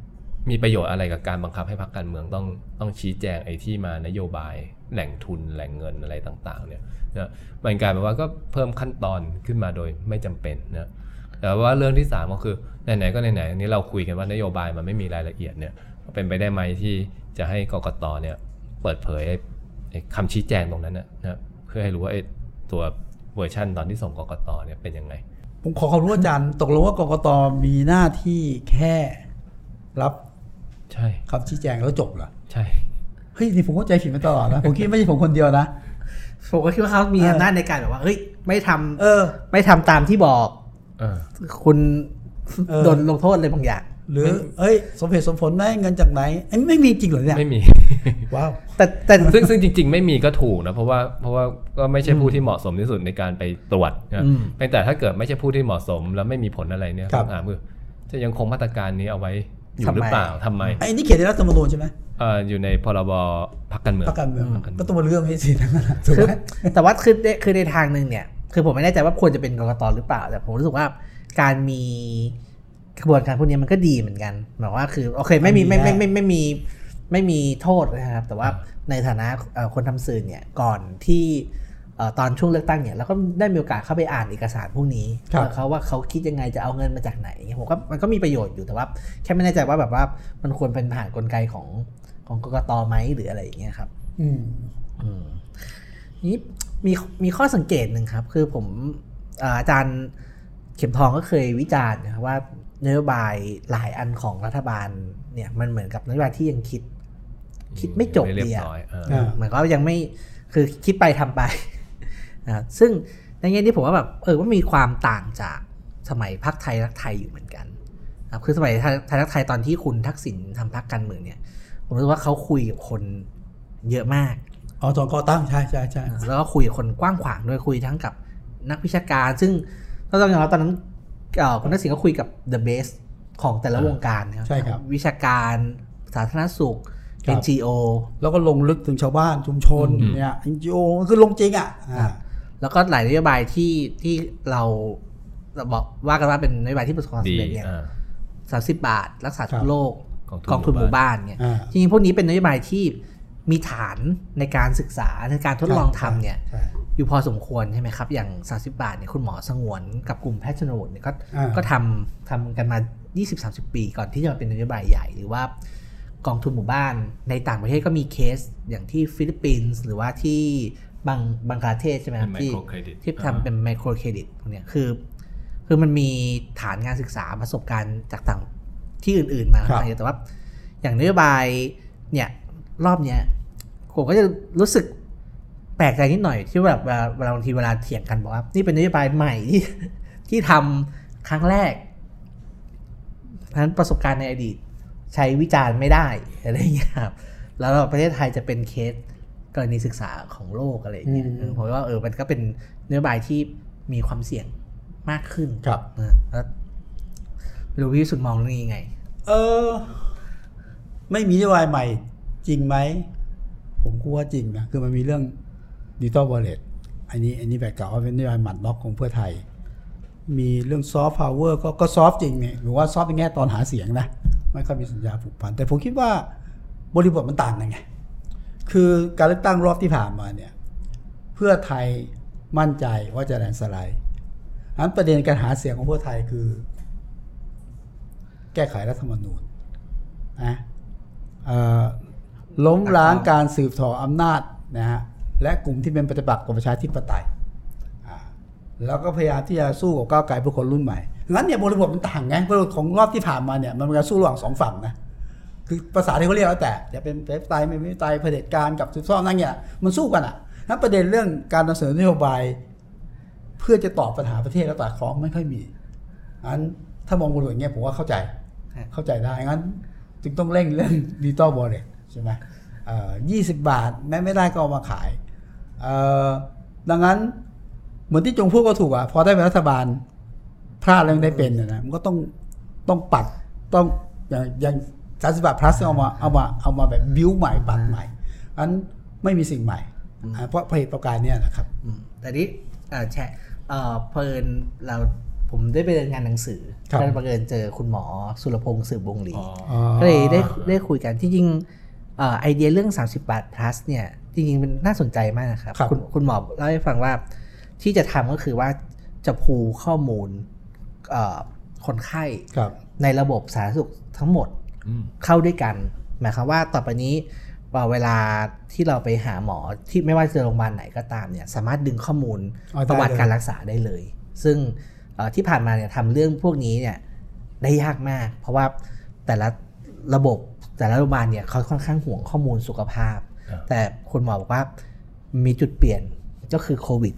มีประโยชน์อะไรกับการบังคับให้พรรคการเมืองต้องชี้แจงไอ้ที่มานโยบายแหล่งทุนแหล่งเงินอะไรต่างๆเนี่ยนะมันกลายเป็นว่าก็เพิ่มขั้นตอนขึ้นมาโดยไม่จำเป็นนะแต่ว่าเรื่องที่3ก็คือไหนๆก็ไหนๆอันนี้เราคุยกันว่านโยบายมันไม่มีรายละเอียดเนี่ยเป็นไปได้ไหมที่จะให้กกตเนี่ยเปิดเผยคำชี้แจงตรงนั้นนะเพื่อให้รู้ว่าตัวเวอร์ชันตอนที่ส่งกกตเนี่ยเป็นยังไง
ผมขอความรู้อาจารย์ตกลงว่ากกตมีหน้าที่แค่รับ
ใช่
คำชี้แจงแล้วจบเหรอ
ใช่
เฮ้ยนี่ผมเข้าใจผิดมาตลอดนะผมคิดไม่ใช่ผมคนเดียวนะ
ผมก็คิดว่าเขามีอำนาจในการแบบว่าเฮ้ยไม่ทำไม่ทำตามที่บอกคุณโดนลงโทษอะไรบางอย่าง
หรือเอ้ยสมเหตุสมผลได้เงินจากไหนไม่มีจริงเหรอเนี่ย
ไม่มี
ว้าว
แต่ซึ่งจริงๆไม่มีก็ถูกนะเพราะว่าก็ไม่ใช่ผู้ที่เหมาะสมที่สุดในการไปตรวจนะแต่ถ้าเกิดไม่ใช่ผู้ที่เหมาะสมแล้วไม่มีผลอะไรเนี่ยคือจะยังคงมาตรการนี้เอาไว้อยู่หรือเปล่าทำไม
ไอ้นี่เขียนในรัฐธรรมนูญใช่ไหม
อยู่ในพรบพรรคการเมือง
ก็ต้องมาเรื่องให้สิ
ถูกไหมแต่ว่าคือในทางนึงเนี่ยคือผมไม่แน่ใจว่าควรจะเป็นกกต.หรือเปล่าแต่ผมรู้สึกว่าการมีกระบวนการพวกนี้มันก็ดีเหมือนกันหมายว่าคือโอเคไม่มีโทษนะครับแต่ว่าในฐานะคนทำสื่อเนี่ยก่อนที่ตอนช่วงเลือกตั้งเนี่ยเราก็ได้มีโอกาสเข้าไปอ่านเอกสารพวกนี้เขาว่าเขาคิดยังไงจะเอาเงินมาจากไหนผมก็มันก็มีประโยชน์อยู่แต่ว่าแค่ไม่แน่ใจว่าแบบว่ามันควรเป็นผ่านกลไกของกกต.ไหมหรืออะไรอย่างเงี้ยครับนี่มีข้อสังเกตหนึ่งครับคือผมอาจารย์เข็มทองก็เคยวิจารณ์นะครับว่านโยบายหลายอันของรัฐบาลเนี่ยมันเหมือนกับนโยบายที่ยังคิดไม่จบดีอ่ะเหมือนก็ยังไม่คือคิดไปทำไปนะซึ่งในแง่นี้ผมว่าแบบว่ามีความต่างจากสมัยพรรคไทยรักไทยอยู่เหมือนกันครับคือสมัยไทยรักไทยตอนที่คุณทักษิณทำพรรคการเมืองเนี่ยผมรู้ว่าเขาคุยกับคนเยอะมาก
ตอนก่อตั้งใช่
แล้วก็คุยกับคนกว้างขวางด้วยคุยทั้งกับนักวิชาการซึ่งต้องยอมรับตอนนั้นคุณทักษิณก็คุยกับ the best ของแต่ละวงการ
นะครับ
วิชาการสาธารณสุข NGO
แล้วก็ลงลึกถึงชาวบ้านชุมชนเนี่ย NGO คือลงจริงอ่ะ
แล้วก็หลายนโยบายที่เราบอกว่ากันว่าเป็นนโยบายที่ประสบความสำเร็จเนี่ย30 บาทรักษาทุกโรคกองทุนหมู่บ้านเนี่ยจริงๆพวกนี้เป็นนโยบายที่มีฐานในการศึกษาในการทดลองทำเนี่ยอยู่พอสมควรใช่ไหมครับอย่าง30 บาทเนี่ยคุณหมอสงวนกับกลุ่มแพทย์ชนบทเนี่ยก็ทำกันมา 20-30 ปีก่อนที่จะมาเป็นนโยบายใหญ่หรือว่ากองทุนหมู่บ้านในต่างประเทศก็มีเคสอย่างที่ฟิลิปปินส์หรือว่าที่บังคลาเทศใช่ไหมครับที่ทำเป็นไมโครเครดิตพวกนี้คือมันมีฐานงานศึกษาประสบการณ์จากต่างที่อื่นๆมาแต่ว่าอย่างนโยบายเนี่ยรอบเนี้ยผมก็จะรู้สึกแปลกใจนิดหน่อยที่แบบเวลาเถียงกันบอกว่านี่เป็นนโยบายใหม่ที่ทำครั้งแรกเพราะฉะนั้นประสบการณ์ในอดีตใช้วิจารณ์ไม่ได้อะไรอย่างเงี้ยครับแล้วประเทศไทยจะเป็นเคสกรณีศึกษาของโลกอะไรอย่างเงี้ยผมว่ามันก็เป็นนโยบายที่มีความเสี่ยงมากขึ้น
ครับ
แล้วไม่รู้พี่สุดมองเรื่องนี้ยังไง
ไม่มีนโยบายใหม่จริงไหมผมคิดว่าจริงนะคือมันมีเรื่อง Digital Wallet อันนี้แบบเก่าว่าเป็นนโยบายหมัดล็อกของเพื่อไทยมีเรื่อง Soft Power ก็ซอฟต์จริงเนี่ยหรือว่าซอฟต์ในแง่ตอนหาเสียงนะไม่ค่อยมีสัญญาผูกพันแต่ผมคิดว่าบริบทมันต่างกันไงคือการเลือกตั้งรอบที่ผ่านมาเนี่ยเพื่อไทยมั่นใจว่าจะแลนด์สไลด์อันประเด็นการหาเสียงของเพื่อไทยคือแก้ไขรัฐธรรมนูญนะล้มล้างการสืบทอดอำนาจนะฮะและกลุ่มที่เป็นปฏิปักษ์ต่อประชาธิปไตยแล้วก็พยายามที่จะสู้กับก้าวไกลเพื่อคนรุ่นใหม่งั้นเนี่ยบริบทมันต่างไงบริบทของรอบที่ผ่านมาเนี่ยมันเป็นการสู้ระหว่าง2ฝั่งนะคือภาษาที่เขาเรียกแล้วแต่จะเป็นประชาธิปไตยไม่ประชาธิปไตยเผด็จการกับสืบทอดนั่นเนี่ยมันสู้กันอ่ะนั้นประเด็นเรื่องการนำเสนอนโยบายเพื่อจะตอบปัญหาประเทศและตากคล้องไม่ค่อยมีงั้นถ้ามองบริบทอย่างเงี้ยผมว่าเข้าใจได้งั้นจึงต้องเร่งเรื่อง Digital Wallet ใช่ไหม20 บาทแม้ไม่ได้ก็เอามาขายดังนั้นเหมือนที่จงพูดก็ถูกอ่ะพอได้เป็นรัฐบาลพลาดแล้วได้เป็นนะมันก็ต้องปัดต้องอย่าง30 บาท plus เอามาแบบบิ้วใหม่ปัดใหม่งั้นไม่มีสิ่งใหม่เพราะเหตุประการนี้นะครับ
แต่นี้แชร์เพลินเราผมได้ไปเรียนงานหนังสือก็บังเอิญเจอคุณหมอสุรพงษ์สืบวงศ์ลีก็เลยได้คุยกันที่จริงไอเดียเรื่อง30 บาท plus เนี่ยจริงๆมันน่าสนใจมากครับคุณหมอเล่าให้ฟังว่าที่จะทำก็คือว่าจะพูลข้อมูลคนไข้ในระบบสาธารณสุขทั้งหมดเข้าด้วยกันหมายความว่าต่อไปนี้เวลาที่เราไปหาหมอที่ไม่ว่าจะโรงพยาบาลไหนก็ตามเนี่ยสามารถดึงข้อมูลประวัติการรักษาได้เลยซึ่งที่ผ่านมาเนี่ยทำเรื่องพวกนี้เนี่ยได้ยากมากเพราะว่าแต่ละระบบแต่ละโรงพยาบาลเนี่ยเขาค่อนข้างห่วงข้อมูลสุขภาพแต่คุณหมอบอกว่ามีจุดเปลี่ยนก็คือโควิด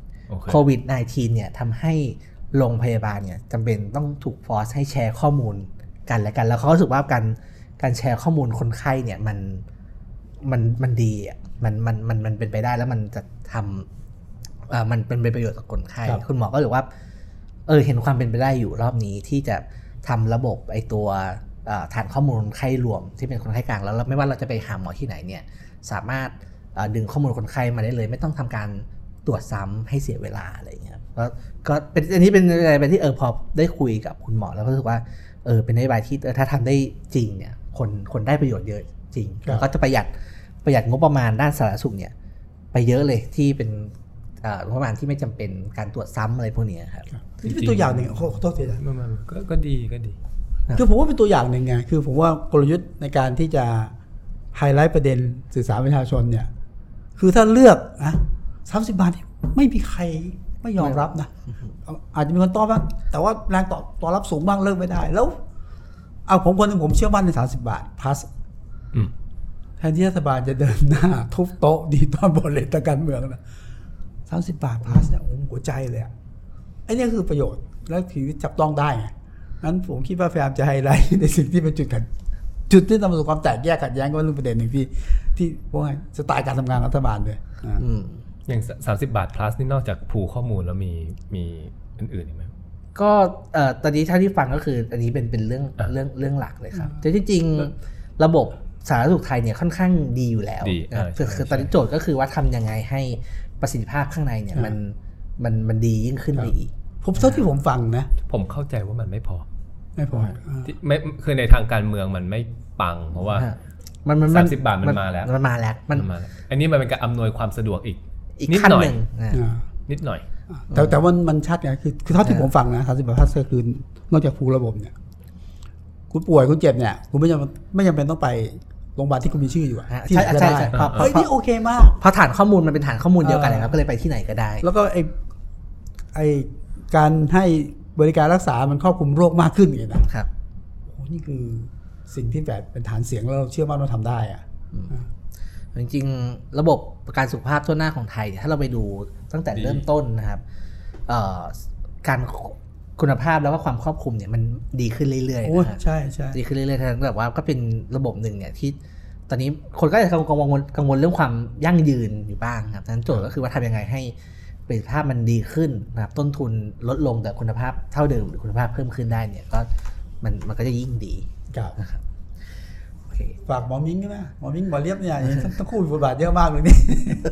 -19 เนี่ยทำให้โรงพยาบาลเนี่ยจำเป็นต้องถูกฟอร์สให้แชร์ข้อมูลกันและกันแล้วเขารู้สึกว่าการแชร์ข้อมูลคนไข้เนี่ยมันดีอ่ะมันเป็นไปได้แล้วมันจะทำมันเป็นประโยชน์ต่อคนไข้คุณหมอก็เลยว่าเห็นความเป็นไปได้อยู่รอบนี้ที่จะทำระบบไอตัวฐานข้อมูลคนไข้รวมที่เป็นคนไข้กลางแล้วไม่ว่าเราจะไปหาหมอที่ไหนเนี่ยสามารถดึงข้อมูลคนไข้มาได้เลยไม่ต้องทำการตรวจซ้ำให้เสียเวลาอะไรอย่างเงี้ยก็เป็นอันนี้เป็นอะไรที่พอได้คุยกับคุณหมอแล้วก็รู้สึกว่าเป็นนโยบายที่ถ้าทำได้จริงเนี่ยคนได้ประโยชน์เยอะจริงแล้วก็จะประหยัดงบประมาณด้านสาธารณสุขเนี่ยไปเยอะเลยที่เป็นงบประมาณที่ไม่จำเป็นการตรวจซ้ำอะไรพวกนี้ครับ
นี่เป็นตัวอย่างหนึ่งขอโทษทีนะ
ก็ดี
คือผมว่าเป็นตัวอย่างหนึ่งไงคือผมว่ากลยุทธ์ในการที่จะไฮไลท์ประเด็นสื่อสารประชาชนเนี่ยคือถ้าเลือกนะ30 บาทไม่มีใครไม่ยอมรับนะอาจจะมีคนตอบบ้างแต่ว่าแรงตอบรับสูงบ้างเลิกไม่ได้แล้วเอาผมคนหนึ่งผมเชื่อมั่นใน30 บาท plus แทนที่รัฐบาลจะเดินหน้าทุบโต๊ะดีตอนบทเลทางการเมืองนะ30 บาท plus เนี่ยหัวใจเลยไอ้นี่คือประโยชน์และถือจับต้องได้ไงงั้นผมคิดว่าพยายามจะไฮไลท์ในสิ่งที่เป็นจุดที่นำมาสู่ความแตกแยกขัดแย้งก็เป็นเรื่องประเด็นหนึ่งที่พวกสไตล์การทำงานรัฐบาลด้วย
อย่าง30 บาท plus นี่นอกจากผูกข้อมูลแล้วมีอื่นๆอีกไหม
ก็ตอนนี้ถ้าที่ฟังก็คืออันนี้เป็นเรื่องหลักเลยครับแต่ที่จริงระบบสาธารณสุขไทยเนี่ยค่อนข้างดีอยู่แล้วคือตอนนี้โจทย์ก็คือว่าทำยังไงให้ประสิทธิภาพข้างในเนี่ยมันดียิ่งขึ้นไปอีก
ผมเท่าที่ผมฟังนะ
ผมเข้าใจว่ามันไม่พอไม่คือในทางการเมืองมันไม่ปังเพราะว่า30 บาทมันมาแล้วอันนี้มันเป็นการอำนวยความสะดวกอีกนิดหน่อยนิดหน่อย
แต่ว่ามันชัดไงคือเท่าที่ผมฟังนะ30 บาทก็คือนอกจากผูระบบเนี่ยคุณป่วยคุณเจ็บเนี่ยคุณไม่จำเป็นต้องไปโรงพยาบาลที่คุณมีชื่ออยู่ที่ไหนก็ได้เฮ้ยนี่โอเคมาก
เพราะฐานข้อมูลมันเป็นฐานข้อมูลเดียวกันนะครับก็เลยไปที่ไหนก็ได้
แล้วก็ไอการให้บริการรักษามันครอบคลุมโรคมากขึ้นไงนะครับโอ้นี่คือสิ่งที่แบบเป็นฐานเสียงแล้วเราเชื่อว่าเราทำได้อะ
จริงๆระบบประกันสุขภาพทั่วหน้าของไทยถ้าเราไปดูตั้งแต่เริ่มต้นนะครับการคุณภาพแล้วก็ความครอบคลุมเนี่ยมันดีขึ้นเรื่อยๆ
นะใช่ใช่
ดีขึ้นเรื่อยๆทั้งแบบว่าก็เป็นระบบหนึ่งเนี่ยที่ตอนนี้คนก็จะกังวลเรื่องความยั่งยืนอยู่บ้างครับฉะนั้นโจทย์ก็คือว่าทำยังไงให้ประสิทธิภาพมันดีขึ้นนะครับต้นทุนลดลงแต่คุณภาพเท่าเดิมหรือคุณภาพเพิ่มขึ้นได้เนี่ยก็มันก็จะยิ่งดีนะครับ
ฝากหมอมิ้งนะหมอมิ้งหมอเลียบเนี่ยต้องคู่บทบาทเยอะมากเลยนี่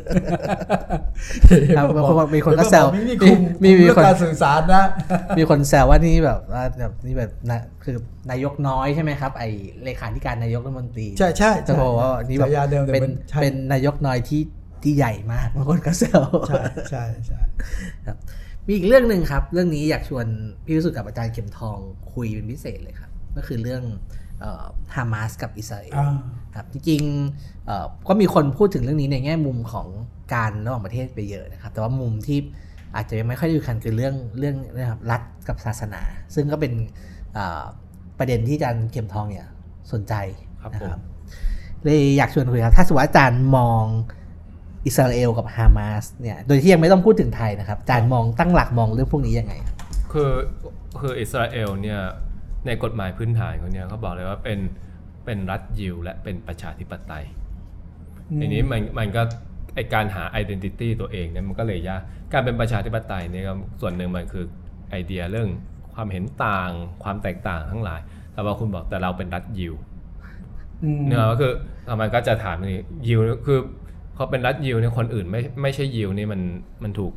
มีคนก็แซว
มีคนการสื่อสารนะ
มีคนแซวว่านี่แบบนี่แบบคือนายกน้อยใช่ไหมครับไอเลขาธิการนายกรัฐมนตรี
ใช่ใช่
จะบอกว่านี่แบบเป็นนายกน้อยที่ใหญ่มากบางคนก็แซว
ใช่ใช่ใช่
ครับมีอีกเรื่องนึงครับเรื่องนี้อยากชวนพี่วิสุทธิ์กับอาจารย์เข็มทองคุยเป็นพิเศษเลยครับก็คือเรื่องฮามาสกับอิสราเอลครับจริงๆก็มีคนพูดถึงเรื่องนี้ในแง่มุมของการระหว่างประเทศไปเยอะนะครับแต่ว่ามุมที่อาจจะยังไม่ค่อยดูกันคือเรื่องนะครับรัฐกับศาสนาซึ่งก็เป็นประเด็นที่อาจารย์เข็มทองเนี่ยสนใจนะครับเลยอยากชวนคุยครับถ้าสมมติอาจารย์มองอิสราเอลกับฮามาสเนี่ยโดยที่ยังไม่ต้องพูดถึงไทยนะครับอาจารย์มองตั้งหลักมองเรื่องพวกนี้ยังไงครับ
คืออิสราเอลเนี่ยในกฎหมายพื้นฐานของเนี่ยเขาบอกเลยว่าเป็นรัฐยิวและเป็นประชาธิปไตยทีนี้มันก็ไอการหา identity ตัวเองเนี่ยมันก็เลยยากการเป็นประชาธิปไตยเนี่ยส่วนหนึ่งมันคือไอเดียเรื่องความเห็นต่างความแตกต่างทั้งหลายแต่ว่าคุณบอกแต่เราเป็นรัฐยิวเนี่ยก็คือมันก็จะถามนี่ยิวคือเขาเป็นรัฐยิวเนี่ยคนอื่นไม่ใช่ยิวนี่มันถูก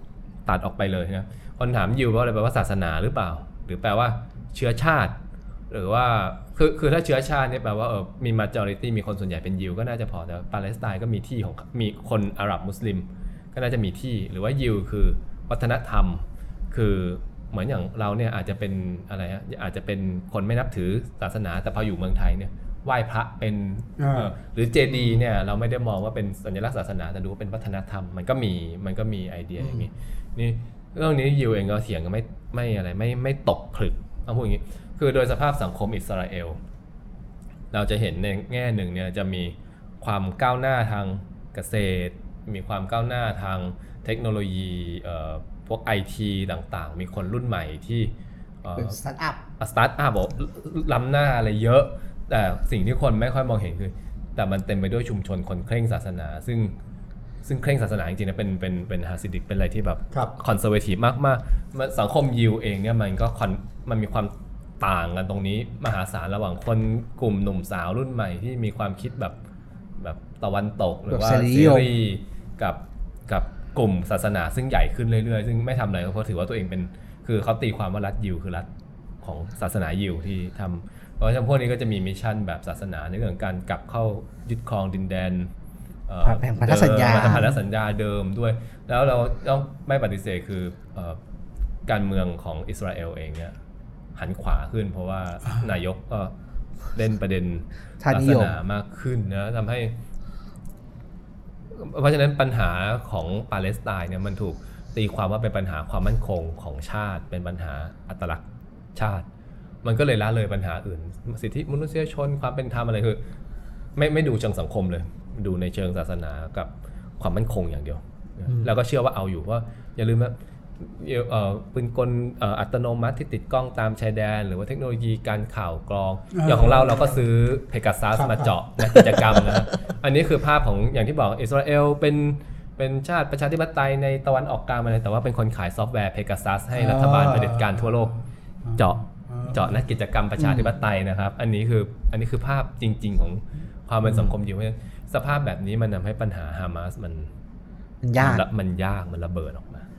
ตัดออกไปเลยนะคนถามยิวว่าอะไรแปลว่าศาสนาหรือเปล่าหรือแปลว่าเชื้อชาติหรือว่าคือถ้าเชื้อชาติเนี่ยแปลว่ามี majority มีคนส่วนใหญ่เป็นยิวก็น่าจะพอแต่ปาเลสไตน์ก็มีที่ของมีคนอาหรับมุสลิมก็น่าจะมีที่หรือว่ายิวคือวัฒนธรรมคือเหมือนอย่างเราเนี่ยอาจจะเป็นอะไรฮะอาจจะเป็นคนไม่นับถือศาสนาแต่พออยู่เมืองไทยเนี่ยไหว้พระเป็นหรือเจดีย์เนี่ยเราไม่ได้มองว่าเป็นสัญลักษณ์ศาสนาแต่ดูว่าเป็นวัฒนธรรมมันก็มีไอเดียอย่างนี้นี่เรื่องนี้ยิวเองก็เถียงกันไม่ตกผลึกต้องพูดอย่างนี้คือโดยสภาพสังคมอิสราเอลเราจะเห็นในแง่หนึ่งเนี่ยจะมีความก้าวหน้าทางเกษตรมีความก้าวหน้าทางเทคโนโลยีพวก IT ต่างๆมีคนรุ่นใหม่ที่
เป็นสตาร์ท
อัพบอกล้ำหน้าอะไรเยอะแต่สิ่งที่คนไม่ค่อยมองเห็นคือแต่มันเต็มไปด้วยชุมชนคนเคร่งศาสนาซึ่งเคร่งศาสนาจริงๆนะเป็นฮาซิดิกเป็นอะไรที่แบบคอนเซอร์เวทีฟมากๆสังคมยิวเองเนี่ยมันมีความต่างกันตรงนี้มหาศาลระหว่างคนกลุ่มหนุ่มสาวรุ่นใหม่ที่มีความคิดแบบตะวันตกหรือว่าเสรีกับกลุ่มศาสนาซึ่งใหญ่ขึ้นเรื่อยๆซึ่งไม่ทำอะไรเพราะถือว่าตัวเองเป็นคือเขาตีความว่ารัฐยิวคือรัฐของศาสนายิวที่ทำเพราะฉะนั้นพวกนี้ก็จะมีมิชชั่นแบบศาสนาในเรื่องการกลับเข้ายึดครองดินแดน
พันธสัญ
ญาเดิมด้วยแล้วเราต้องไม่ปฏิเสธคือการเมืองของอิสราเอลเองเนี่ยหันขวาขึ้นเพราะว่านายกก็เล่นประเด็นศาสนามากขึ้นนะทำให้เพราะฉะนั้นปัญหาของปาเลสไตน์เนี่ยมันถูกตีความว่าเป็นปัญหาความมั่นคงของชาติเป็นปัญหาอัตลักษณ์ชาติมันก็เลยละเลยปัญหาอื่นสิทธิมนุษยชนความเป็นธรรมอะไรคือไม่ดูเชิงสังคมเลยดูในเชิงศาสนากับความมั่นคงอย่างเดียวแล้วก็เชื่อว่าเอาอยู่ว่าอย่าลืมว่าปืนกลอัตโนมัติที่ติดกล้องตามชายแดนหรือว่าเทคโนโลยีการข่าวกรองอย่างของเราก็ซื้อเพกาซัสมาเจาะในกิจกรรมนะอันนี้คือภาพของอย่างที่บอกอิสราเอลเป็นชาติประชาธิปไตยในตะวันออกกลางมาเลยแต่ว่าเป็นคนขายซอฟต์แวร์เพกาซัสให้รัฐบาลเผด็จการทั่วโลกเจาะนักกิจกรรมประชาธิปไตยนะครับอันนี้คือภาพจริงๆของความเป็นสังคมอยู่สภาพแบบนี้มันทำให้ปัญหาฮามาสมันยากมันระเบิดออกมา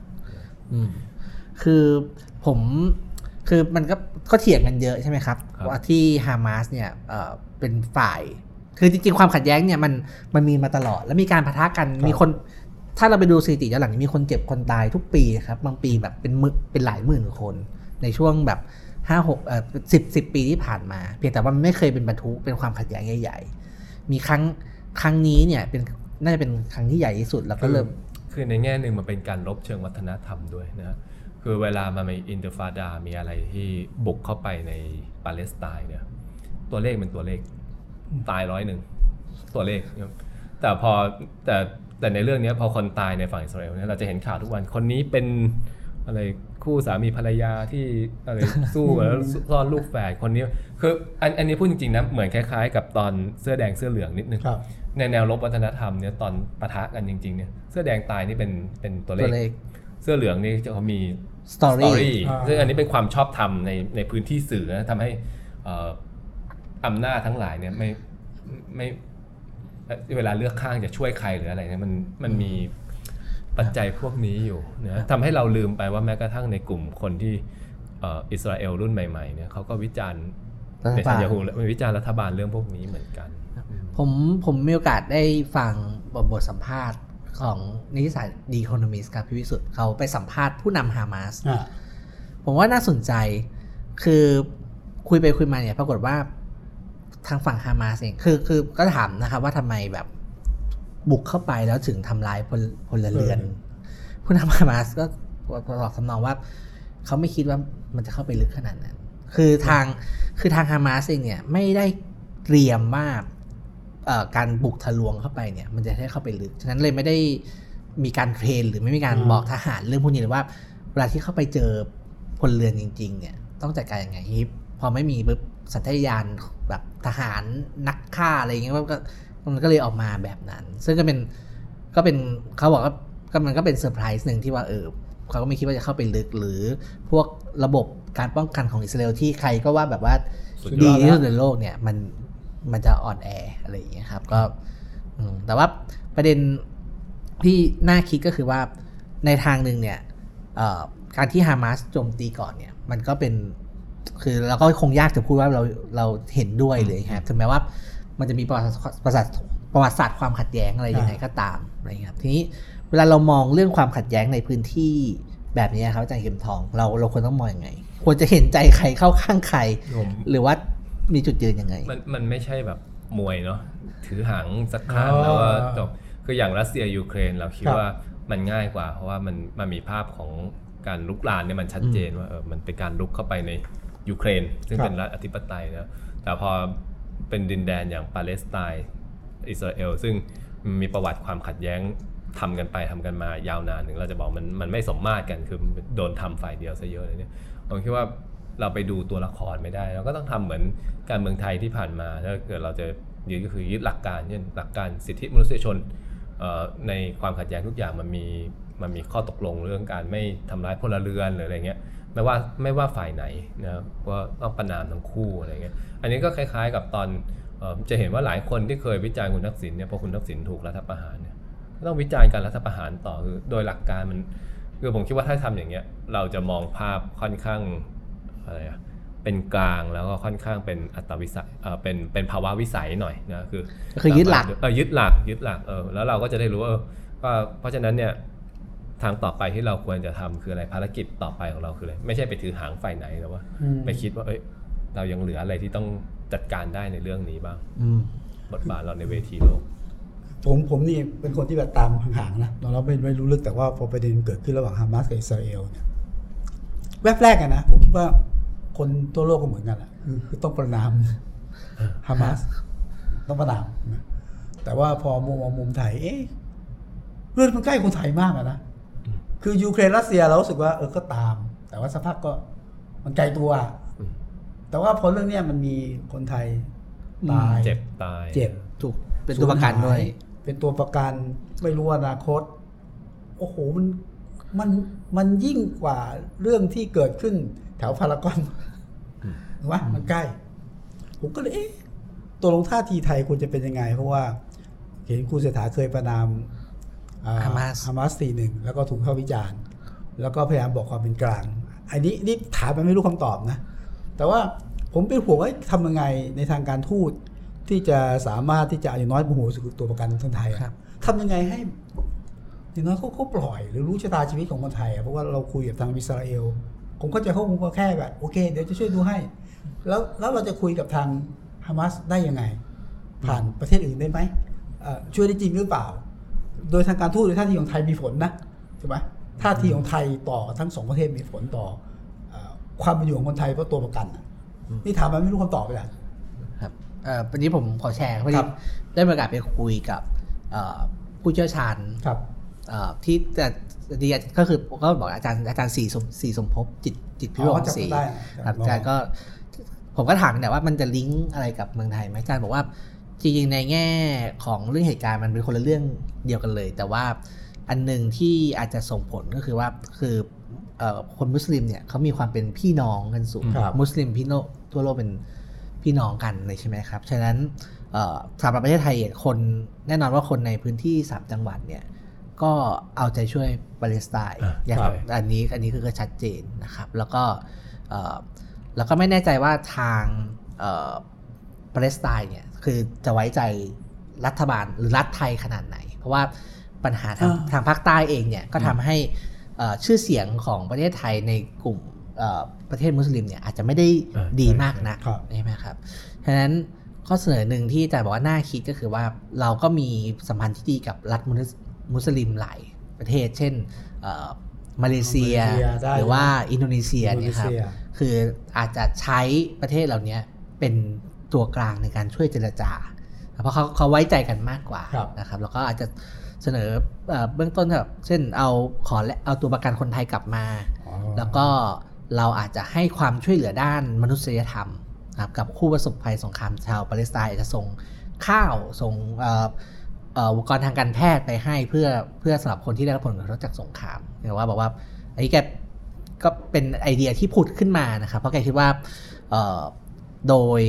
คือมันก็เถียงกันเยอะใช่ไหมครับว่าที่ฮามาสเนี่ยเป็นฝ่ายคือจริงๆความขัดแย้งเนี่ยมันมีมาตลอดแล้วมีการปะทะกันมีคนถ้าเราไปดูสถิติย้อนหลังมีคนเจ็บคนตายทุกปีครับบางปีแบบเป็นหลายหมื่นคนในช่วงแบบ10 ปีที่ผ่านมาเพียงแต่ว่ามันไม่เคยเป็นปะทุเป็นความขัดแย้งใหญ่ๆมีครั้งนี้เนี่ยน่าจะเป็นครั้งที่ใหญ่ที่สุดแล้วก็เริ่ม
คือในแง่หนึ่งมันเป็นการลบเชิงวัฒนธรรมด้วยนะคือเวลามันมีอินติฟาดามีอะไรที่บุกเข้าไปในปาเลสไตน์เนี่ยตัวเลขเป็นตัวเลขตาย100ตัวเลขแต่ในเรื่องนี้พอคนตายในฝั่งอิสราเอลเนี่ยเราจะเห็นข่าวทุกวันคนนี้เป็นอะไรคู่สามีภรรยาที่อะไรสู้แล้วซ่อนลูกแฝดคนนี้คืออันนี้พูดจริงๆนะเหมือนคล้ายๆกับตอนเสื้อแดงเสื้อเหลืองนิดนึงในแนวลบวัฒนธรรมเนี่ยตอนปะทะกันจริงๆเนี่ยเสื้อแดงตายนี่เป็นตัวเลขเสื้อเหลืองนี่เขามีสตอรี่ซึ่งอันนี้เป็นความชอบธรรมในพื้นที่สื่อนะทำให้อำนาจทั้งหลายเนี่ยไม่เวลาเลือกข้างจะช่วยใครหรืออะไรเนี่ยมันมีปัจจัยพวกนี้อยู่นะทำให้เราลืมไปว่าแม้กระทั่งในกลุ่มคนที่อิสราเอลรุ่นใหม่ๆเนี่ยเขาก็วิจารณ์เนทันยาฮูวิจารณ์รัฐบาลเรื่องพวกนี้เหมือนกัน
ผมมีโอกาสได้ฟังบทสัมภาษณ์ของนิติศาสตร์ดีอีโคโนมิสต์ครับพี่วิสุทธ์เขาไปสัมภาษณ์ผู้นำฮามาสผมว่าน่าสนใจคือคุยไปคุยมาเนี่ยปรากฏว่าทางฝั่งฮามาสเองคือก็ถามนะครับว่าทำไมแบบบุกเข้าไปแล้วถึงทำลายพลเรือนผู้นำฮามาสก็บอกทำนองว่าเขาไม่คิดว่ามันจะเข้าไปลึกขนาดนั้นคือทางฮามาสเองเนี่ยไม่ได้เตรียมว่าการบุกทะลวงเข้าไปเนี่ยมันจะให้เข้าไปลึกฉะนั้นเลยไม่ได้มีการเทรนหรือไม่มีการบอกทหารเรื่องพวกนี้เลยว่าเวลาที่เข้าไปเจอพลเรือนจริงๆเนี่ยต้องจัดการยังไงพอไม่มีสัญชาตญาณแบบทหารนักฆ่าอะไรอย่างเงี้ยมันก็เลยออกมาแบบนั้นซึ่งก็เป็นเขาบอกว่ามันก็เป็นเซอร์ไพรส์นึงที่ว่าเขาก็ไม่คิดว่าจะเข้าไปลึกหรือพวกระบบการป้องกันของอิสราเอลที่ใครก็ว่าแบบว่าดีที่สุดในโลกเนี่ยมันจะอ่อนแออะไรอย่างเงี้ยครับก็แต่ว่าประเด็นที่น่าคิดก็คือว่าในทางนึงเนี่ยการที่ฮามาสโจมตีก่อนเนี่ยมันก็เป็นคือเราก็คงยากจะพูดว่าเราเห็นด้วยเลยครับถึงแม้ว่ามันจะมีประวัติศาสตร์ความขัดแย้งอะไรยังไงก็ตามอะไรครับทีนี้เวลาเรามองเรื่องความขัดแย้งในพื้นที่แบบนี้ครับอาจารย์เข็มทองเราควรต้องมองยังไงควรจะเห็นใจใครเข้าข้างใครหรือว่ามีจุดยืนยังไง
มันไม่ใช่แบบมวยเนาะถือหางสักข้างแล้วก็จบคืออย่างรัสเซียยูเครนเราคิดว่ามันง่ายกว่าเพราะว่ามันมีภาพของการลุกลามเนี่ยมันชัดเจนว่ามันเป็นการลุกเข้าไปในยูเครนซึ่งเป็นรัฐอธิปไตยนะแต่พอเป็นดินแดนอย่างปาเลสไตน์อิสราเอลซึ่งมีประวัติความขัดแย้งทำกันไปทำกันมายาวนานหนึ่งเราจะบอกมันไม่สมมาตรกันคือโดนทำฝ่ายเดียวซะเยอะเลยเนี่ยผมคิดว่าเราไปดูตัวละครไม่ได้เราก็ต้องทำเหมือนการเมืองไทยที่ผ่านมาถ้าเกิดเราจะยึดก็คือยึดหลักการเช่นหลักการสิทธิมนุษยชนในความขัดแย้งทุกอย่างมันมีข้อตกลงเรื่องการไม่ทำร้ายพลเรือนหรืออะไรเงี้ยไม่ว่าฝ่ายไหนนะว่าต้องประณามทั้งคู่อะไรเงี้ยอันนี้ก็คล้ายๆกับตอนจะเห็นว่าหลายคนที่เคยวิจารณ์คุณทักษิณเนี่ยพอคุณทักษิณถูกรัฐประหารเนี่ยต้องวิจารณ์การรัฐประหารต่อคือโดยหลักการมันคือผมคิดว่าถ้าทำอย่างเงี้ยเราจะมองภาพค่อนข้างอะไรเป็นกลางแล้วก็ค่อนข้างเป็นอัตวิสัยเป็นภาวะวิสัยหน่อยนะคือ
ยึดหลัก
ยึดหลักแล้วเราก็จะได้รู้ว่าเพราะฉะนั้นเนี่ยทางต่อไปที่เราควรจะทำคืออะไรภารกิจต่อไปของเราคืออะไรไม่ใช่ไปถือหางฝ่ายไหนแต่ว่าไปคิดว่าเรายังเหลืออะไรที่ต้องจัดการได้ในเรื่องนี้บ้างบทบาทเราในเวทีโลก
ผมนี่เป็นคนที่แบบตามห่างๆนะเราไม่รู้ลึกแต่ว่าพอประเด็นเกิดขึ้นระหว่างฮามาสกับอิสราเอลเนี่ยแวบแรกนะผมคิดว่าคนทั่วโลกก็เหมือนกันแหละคือต้องประณามฮามาสต้องประณามนะแต่ว่าพอมุมไทยเรื่องมันใกล้คนไทยมากนะคือยูเครนรัสเซียเรารู้สึกว่าก็ตามแต่ว่าสภาพก็มันไกลตัวแต่ว่าพอเรื่องนี้มันมีคนไทยตาย
เจ็บ
ถูกเป็นตัวประกันด้วย
เป็นตัวประกันไม่รู้อนาคตโอ้โหมันยิ่งกว่าเรื่องที่เกิดขึ้นแถวพารากอนว่ามันใกล้ผมก็เลยตัวลงท่าทีไทยควรจะเป็นยังไงเพราะว่าเห็นคุณเศรษฐาเคยประณามฮามาส41แล้วก็ถูกเข้าวิจารณ์แล้วก็พยายามบอกความเป็นกลางอันนี้นี่ถามไปไม่รู้คำตอบนะแต่ว่าผมเป็นห่วงว่าทำยังไงในทางการทูตที่จะสามารถที่จะอย่างน้อยโมโหสุดตัวประกันคนไทยทำยังไงให้อย่างน้อยเขาปล่อยหรือรู้ชะตาชีวิตของคนไทยเพราะว่าเราคุยกับทางอิสราเอลผมก็จะเข้ามุมแค่แบบโอเคเดี๋ยวจะช่วยดูให้แล้วเราจะคุยกับทางฮามาสได้ยังไงผ่านประเทศอื่นได้ไหมช่วยได้จริงหรือเปล่าโดยทางการทูตหรือท่าทีของไทยมีผลนะใช่ไหมท่าทีของไทยต่อทั้งสองประเทศมีผลต่อความเป็นอยู่ของคนไทยเพราะตัวประกันนี่ถามมาไม่รู้คำตอบเลย
ครับวันนี้ผมขอแชร์พอดีได้มีโอกาสไปคุยกับผู้เชี่ยวชาญที่ดีก็คือก็บอกอาจารย์สีสมภพจิตพิรมศรีครับอาจารย์ก็ผมก็ถามแต่ว่ามันจะลิงก์อะไรกับเมืองไทยไหมอาจารย์บอกว่าจริงๆในแง่ของเรื่องเหตุการณ์มันเป็นคนละเรื่องเดียวกันเลยแต่ว่าอันนึงที่อาจจะส่งผลก็คือว่าคือคนมุสลิมเนี่ยเขามีความเป็นพี่น้องกันสูงมุสลิมพี่น้องทั่วโลกเป็นพี่น้องกันเลยใช่ไหมครับฉะนั้นสำหรับประเทศไทยคนแน่นอนว่าคนในพื้นที่3จังหวัดเนี่ยก็เอาใจช่วยปาเลสไตน์อย่างอันนี้คือก็ชัดเจนนะครับแล้วก็ไม่แน่ใจว่าทางปาเลสไตน์เนี่ยคือจะไว้ใจรัฐบาลหรือรัฐไทยขนาดไหนเพราะว่าปัญหาทางภาคใต้เองเนี่ยก็ทำให้ชื่อเสียงของประเทศไทยในกลุ่มประเทศมุสลิมเนี่ยอาจจะไม่ได้ดีมากนักใช่ไหมครับฉะนั้นข้อเสนอหนึ่งที่อาจารย์บอกว่าน่าคิดก็คือว่าเราก็มีสัมพันธ์ที่ดีกับรัฐมุสลิมหลายประเทศเช่นมาเลเซียหรือว่าอินโดนีเซียเนี่ยครับคืออาจจะใช้ประเทศเหล่านี้เป็นตัวกลางในการช่วยเจรจาเพราะเขาไว้ใจกันมากกว่านะครับแล้วก็อาจจะเสนอเบื้องต้นแบบเช่นเอาตัวประกันคนไทยกลับมาแล้วก็เราอาจจะให้ความช่วยเหลือด้านมนุษยธรรมกับผู้ประสบภัยสงครามชาวปาเลสไตน์อาจจะส่งข้าวส่งอุปกรณ์ทางการแพทย์ไปให้เพื่อสำหรับคนที่ได้รับผลกระทบจากสงครามแต่ว่าบอกว่าอันนี้แกก็เป็นไอเดียที่ผุดขึ้นมานะครับเพราะแกคิดว่าโดย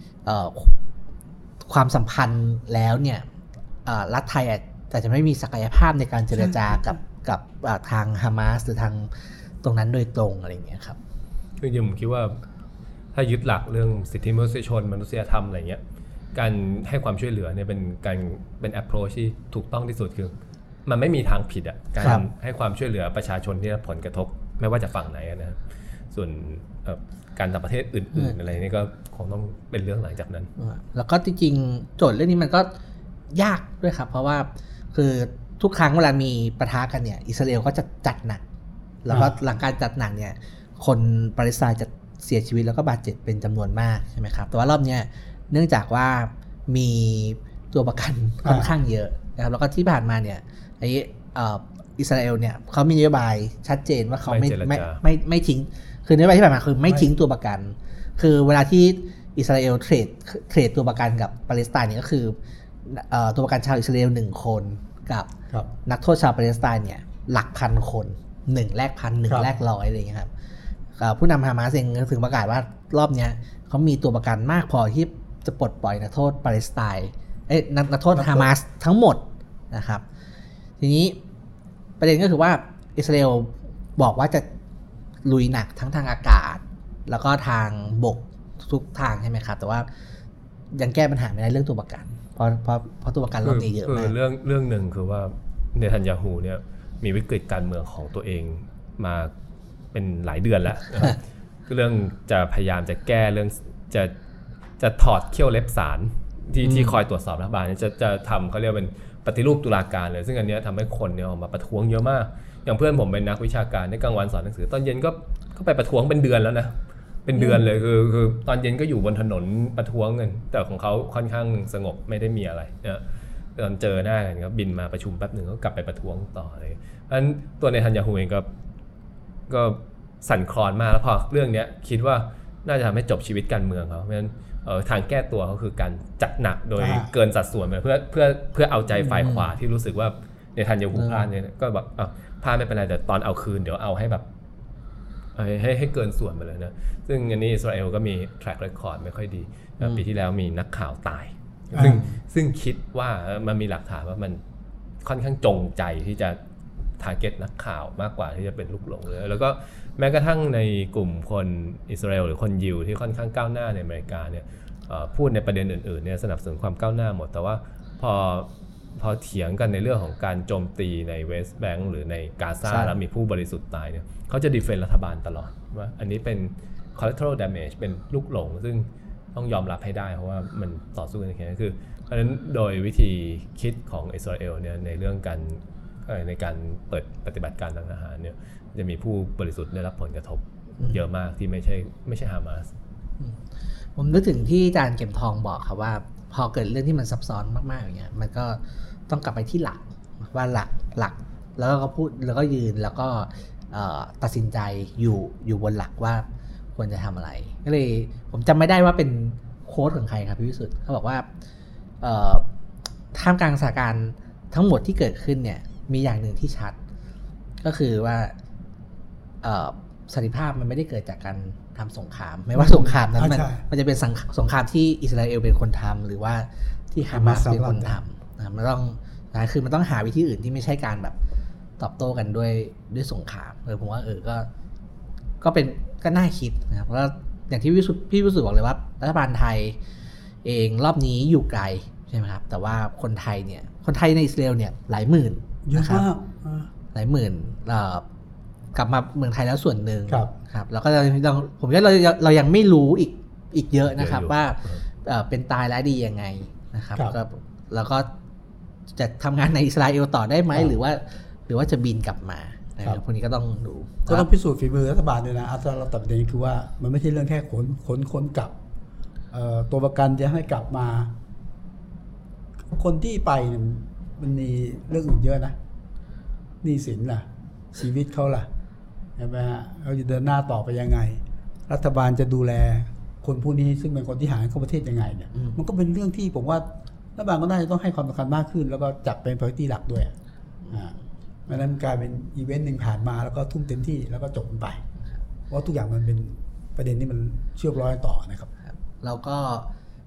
ความสัมพันธ์แล้วเนี่ยรัฐไทยอาจจะไม่มีศักยภาพในการเจรจากับทางฮามาสหรือทางตรงนั้นโดยตรงอะไรอย่างเงี้ยครับ
คือจริงผมคิดว่าถ้ายึดหลักเรื่องสิทธิมนุษยชนมนุษยธรรมอะไรเงี้ยการให้ความช่วยเหลือเนี่ยเป็น approach ที่ถูกต้องที่สุดคือมันไม่มีทางผิดอ่ะการให้ความช่วยเหลือประชาชนที่ได้รับผลกระทบไม่ว่าจะฝั่งไหนนะส่วนการต่างประเทศอื่นๆอะไรนี่ก็คงต้องเป็นเรื่องหลังจากนั้น
แล้วก็จริงๆโจทย์เรื่องนี้มันก็ยากด้วยครับเพราะว่าคือทุกครั้งเวลามีปะทะกันเนี่ยอิสราเอลก็จะจัดหนักแล้วก็หลังการจัดหนักเนี่ยคนปาเลสไตน์จะเสียชีวิตแล้วก็บาดเจ็บเป็นจำนวนมากใช่ไหมครับแต่ว่ารอบนี้เนื่องจากว่ามีตัวประกันค่อนข้างเยอะนะครับแล้วก็ที่ผ่านมาเนี่ยอิสราเอลเนี่ยเขามีนโยบายชัดเจนว่าเขาไม่ทิ้งคือนโยบายที่ผ่านมาคือไม่ทิ้งตัวประกันคือเวลาที่อิสราเอลเทรดตัวประกันกับปาเลสไตน์เนี่ยก็คือตัวประกันชาวอิสราเอล1คนกับนักโทษชาวปาเลสไตน์เนี่ยหลักพันคน1แลก1,000 1แลก100อะไรอย่างเงี้ยครับผู้นำฮามาสเองถึงประกาศว่ารอบนี้เขามีตัวประกันมากพอที่จะปลดปล่อยนักโทษปาเลสไตน์นักโทษฮามาสทั้งหมดนะครับทีนี้ประเด็นก็คือว่าอิสราเอลบอกว่าจะลุยหนักทั้งทางอากาศแล้วก็ทางบกทุกทางใช่ไหมครับแต่ว่ายังแก้ปัญหาไม่ได้เรื่องตัวประกันเพราะตัวประกันรอบนี้เยอะมาก
เรื่องหนึ่งคือว่าเนทันยาฮูเนี่ยมีวิกฤตการเมืองของตัวเองมาเป็นหลายเดือนแล้วเรื่องจะพยายามจะแก้เรื่องจะถอดเขี้ยวเล็บศาลที่คอยตรวจสอบรัฐบาลจะทำเขาเรียกเป็นปฏิรูปตุลาการเลยซึ่งอันนี้ทำให้คนเนี่ยออกมาประท้วงเยอะมากอย่างเพื่อนผมเป็นนักวิชาการในกลางวันสอนหนังสือตอนเย็นก็ไปประท้วงเป็นเดือนแล้วนะเป็นเดือนเลยคือตอนเย็นก็อยู่บนถนนประท้วงกันแต่ของเขาค่อนข้างสงบไม่ได้มีอะไรนะตอนเจอหน้ากันก็บินมาประชุมแป๊บหนึ่งก็กลับไปประท้วงต่อเลยเพราะฉะนั้นตัวเนทันยาฮูเองก็สั่นคลอนมากแล้วพอเรื่องนี้คิดว่าน่าจะทำให้จบชีวิตการเมืองเขาเพราะฉะนั้นทางแก้ตัวเขาคือการจัดหนักโดยเกินสัดส่วนไปเพื่อเอาใจฝ่ายขวาที่รู้สึกว่าเนทันยาฮูพลาดเนี่ยก็แบบพลาดไม่เป็นไรแต่ตอนเอาคืนเดี๋ยวเอาให้แบบให้เกินส่วนไปเลยนะซึ่งอันนี้อิสราเอลก็มี track record ไม่ค่อยดีปีที่แล้วมีนักข่าวตายซึ่งคิดว่ามันมีหลักฐานว่ามันค่อนข้างจงใจที่จะtarget นักข่าวมากกว่าที่จะเป็นลูกหลงเลยแล้วก็แม้กระทั่งในกลุ่มคนอิสราเอลหรือคนยิวที่ค่อนข้างก้าวหน้าในอเมริกาเนี่ยพูดในประเด็นอื่นๆเนี่ยสนับสนุนความก้าวหน้าหมดแต่ว่าพอเถียงกันในเรื่องของการโจมตีในเวสต์แบงก์หรือในกาซาแล้วมีผู้บริสุทธิ์ตายเนี่ยเขาจะดีเฟนรัฐบาลตลอดว่าอันนี้เป็น collateral damage เป็นลูกหลงซึ่งต้องยอมรับให้ได้เพราะว่ามันต่อสู้กันแค่นั้นคือเพราะฉะนั้นโดยวิธีคิดของอิสราเอลเนี่ยในเรื่องในการเปิดปฏิบัติการทางทหารเนี่ยจะมีผู้บริสุทธิ์ได้รับผลกระทบเยอะมากที่ไม่ใช่ฮามาส
ผมนึกถึงที่อาจารย์เข็มทองบอกครับว่าพอเกิดเรื่องที่มันซับซ้อนมากๆอย่างเงี้ยมันก็ต้องกลับไปที่หลักว่าหลักแล้วก็พูดแล้วก็ยืนแล้วก็ตัดสินใจอยู่บนหลักว่าควรจะทำอะไรก็เลยผมจำไม่ได้ว่าเป็นโค้ดของใครครับพี่วิสุทธิ์เขาบอกว่าท่ามกลางสถานการณ์ทั้งหมดที่เกิดขึ้นเนี่ยมีอย่างหนึ่งที่ชัดก็คือว่าสันติภาพมันไม่ได้เกิดจากการทำสงครามไม่ว่าสงครามนั้นมันจะเป็นสงครามที่อิสราเอลเป็นคนทำหรือว่าที่ฮามาสเป็นคนทำนะมันต้องหาวิธีอื่นที่ไม่ใช่การแบบตอบโต้กันด้วยสงครามผมว่าก็น่าคิดนะครับเพราะอย่างที่พี่วิสุทธิ์บอกเลยว่ารัฐบาลไทยเองรอบนี้อยู่ไกลใช่ไหมครับแต่ว่าคนไทยในอิสราเอลเนี่ยหลายหมื่นนะครับหลายหมื่นกลับมาเมืองไทยแล้วส่วนหนึ่งครับแล้วก็ผมว่าเรายังไม่รู้อีกเยอะนะครับว่าเป็นตายและดียังไงนะครับแล้วก็จะทำงานในอิสราเอลต่อได้ไหมหรือว่าจะบินกลับมาพวกนี้ก็ต้องดู
ก็ต้องพิสูจน์ฝีมือรัฐบาลด้วยนะอาจารย์เราตัดประเด็นคือว่ามันไม่ใช่เรื่องแค่ขนกลับตัวประกันจะให้กลับมาคนที่ไปมันมีเรื่องอื่นเยอะนะหนี้สินล่ะชีวิตเขาล่ะใช่ไหมฮะเขาจะเดินหน้าต่อไปยังไงรัฐบาลจะดูแลคนผู้นี้ซึ่งเป็นคนที่หายเข้าประเทศยังไงเนี่ยมันก็เป็นเรื่องที่ผมว่ารัฐบาลก็น่าจะต้องให้ความสำคัญมากขึ้นแล้วก็จับเป็น priority หลักด้วยเพราะนั้นกลายเป็นอีเวนต์หนึ่งผ่านมาแล้วก็ทุ่มเต็มที่แล้วก็จบไปเพราะทุกอย่างมันเป็นประเด็นที่มันเชื่อมร้อยต่อนะครับ
เราก็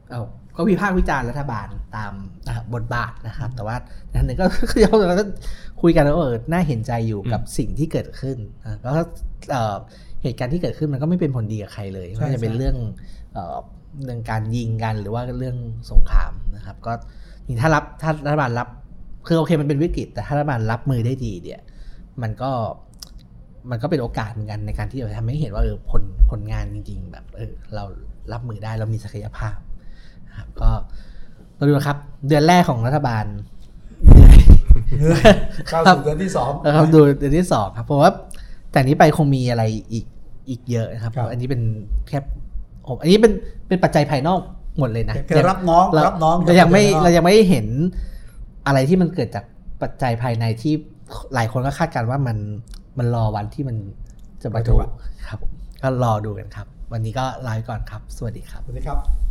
ก็วิพากษ์วิจารณ์รัฐบาลตามบทบาทนะครับแต่ว่าอันนึงก็คือเราก็คุยกันว่าน่าเห็นใจอยู่กับสิ่งที่เกิดขึ้นแล้วเหตุการณ์ที่เกิดขึ้นมันก็ไม่เป็นผลดีกับใครเลยไม่ว่าจะเป็นเรื่องการยิงกันหรือว่าเรื่องสงครามนะครับก็ถ้ารัฐบาลรับคือโอเคมันเป็นวิกฤตแต่ถ้ารัฐบาลรับมือได้ดีเนี่ยมันก็เป็นโอกาสเหมือนกันในการที่จะทำให้เห็นว่าผลงานจริงๆแบบเรารับมือได้เรามีศักยภาพครับก็มาดูครับเดือนแรกของรัฐบาล
เข้าสู่เดือนที่2
ครับดูเดือนที่2ครับเพราะว่าแต่นี้ไปคงมีอะไรอีกเยอะนะครับอันนี้เป็นแค่อันนี้เป็นปัจจัยภายนอกหมดเลยนะ
รับน้อง
เรายังไม่เห็นอะไรที่มันเกิดจากปัจจัยภายในที่หลายคนก็คาดการณ์ว่ามันรอวันที่มันจะมาถูกครับก็รอดูกันครับวันนี้ก็ลาไปก่อนครับสวัสดีครับ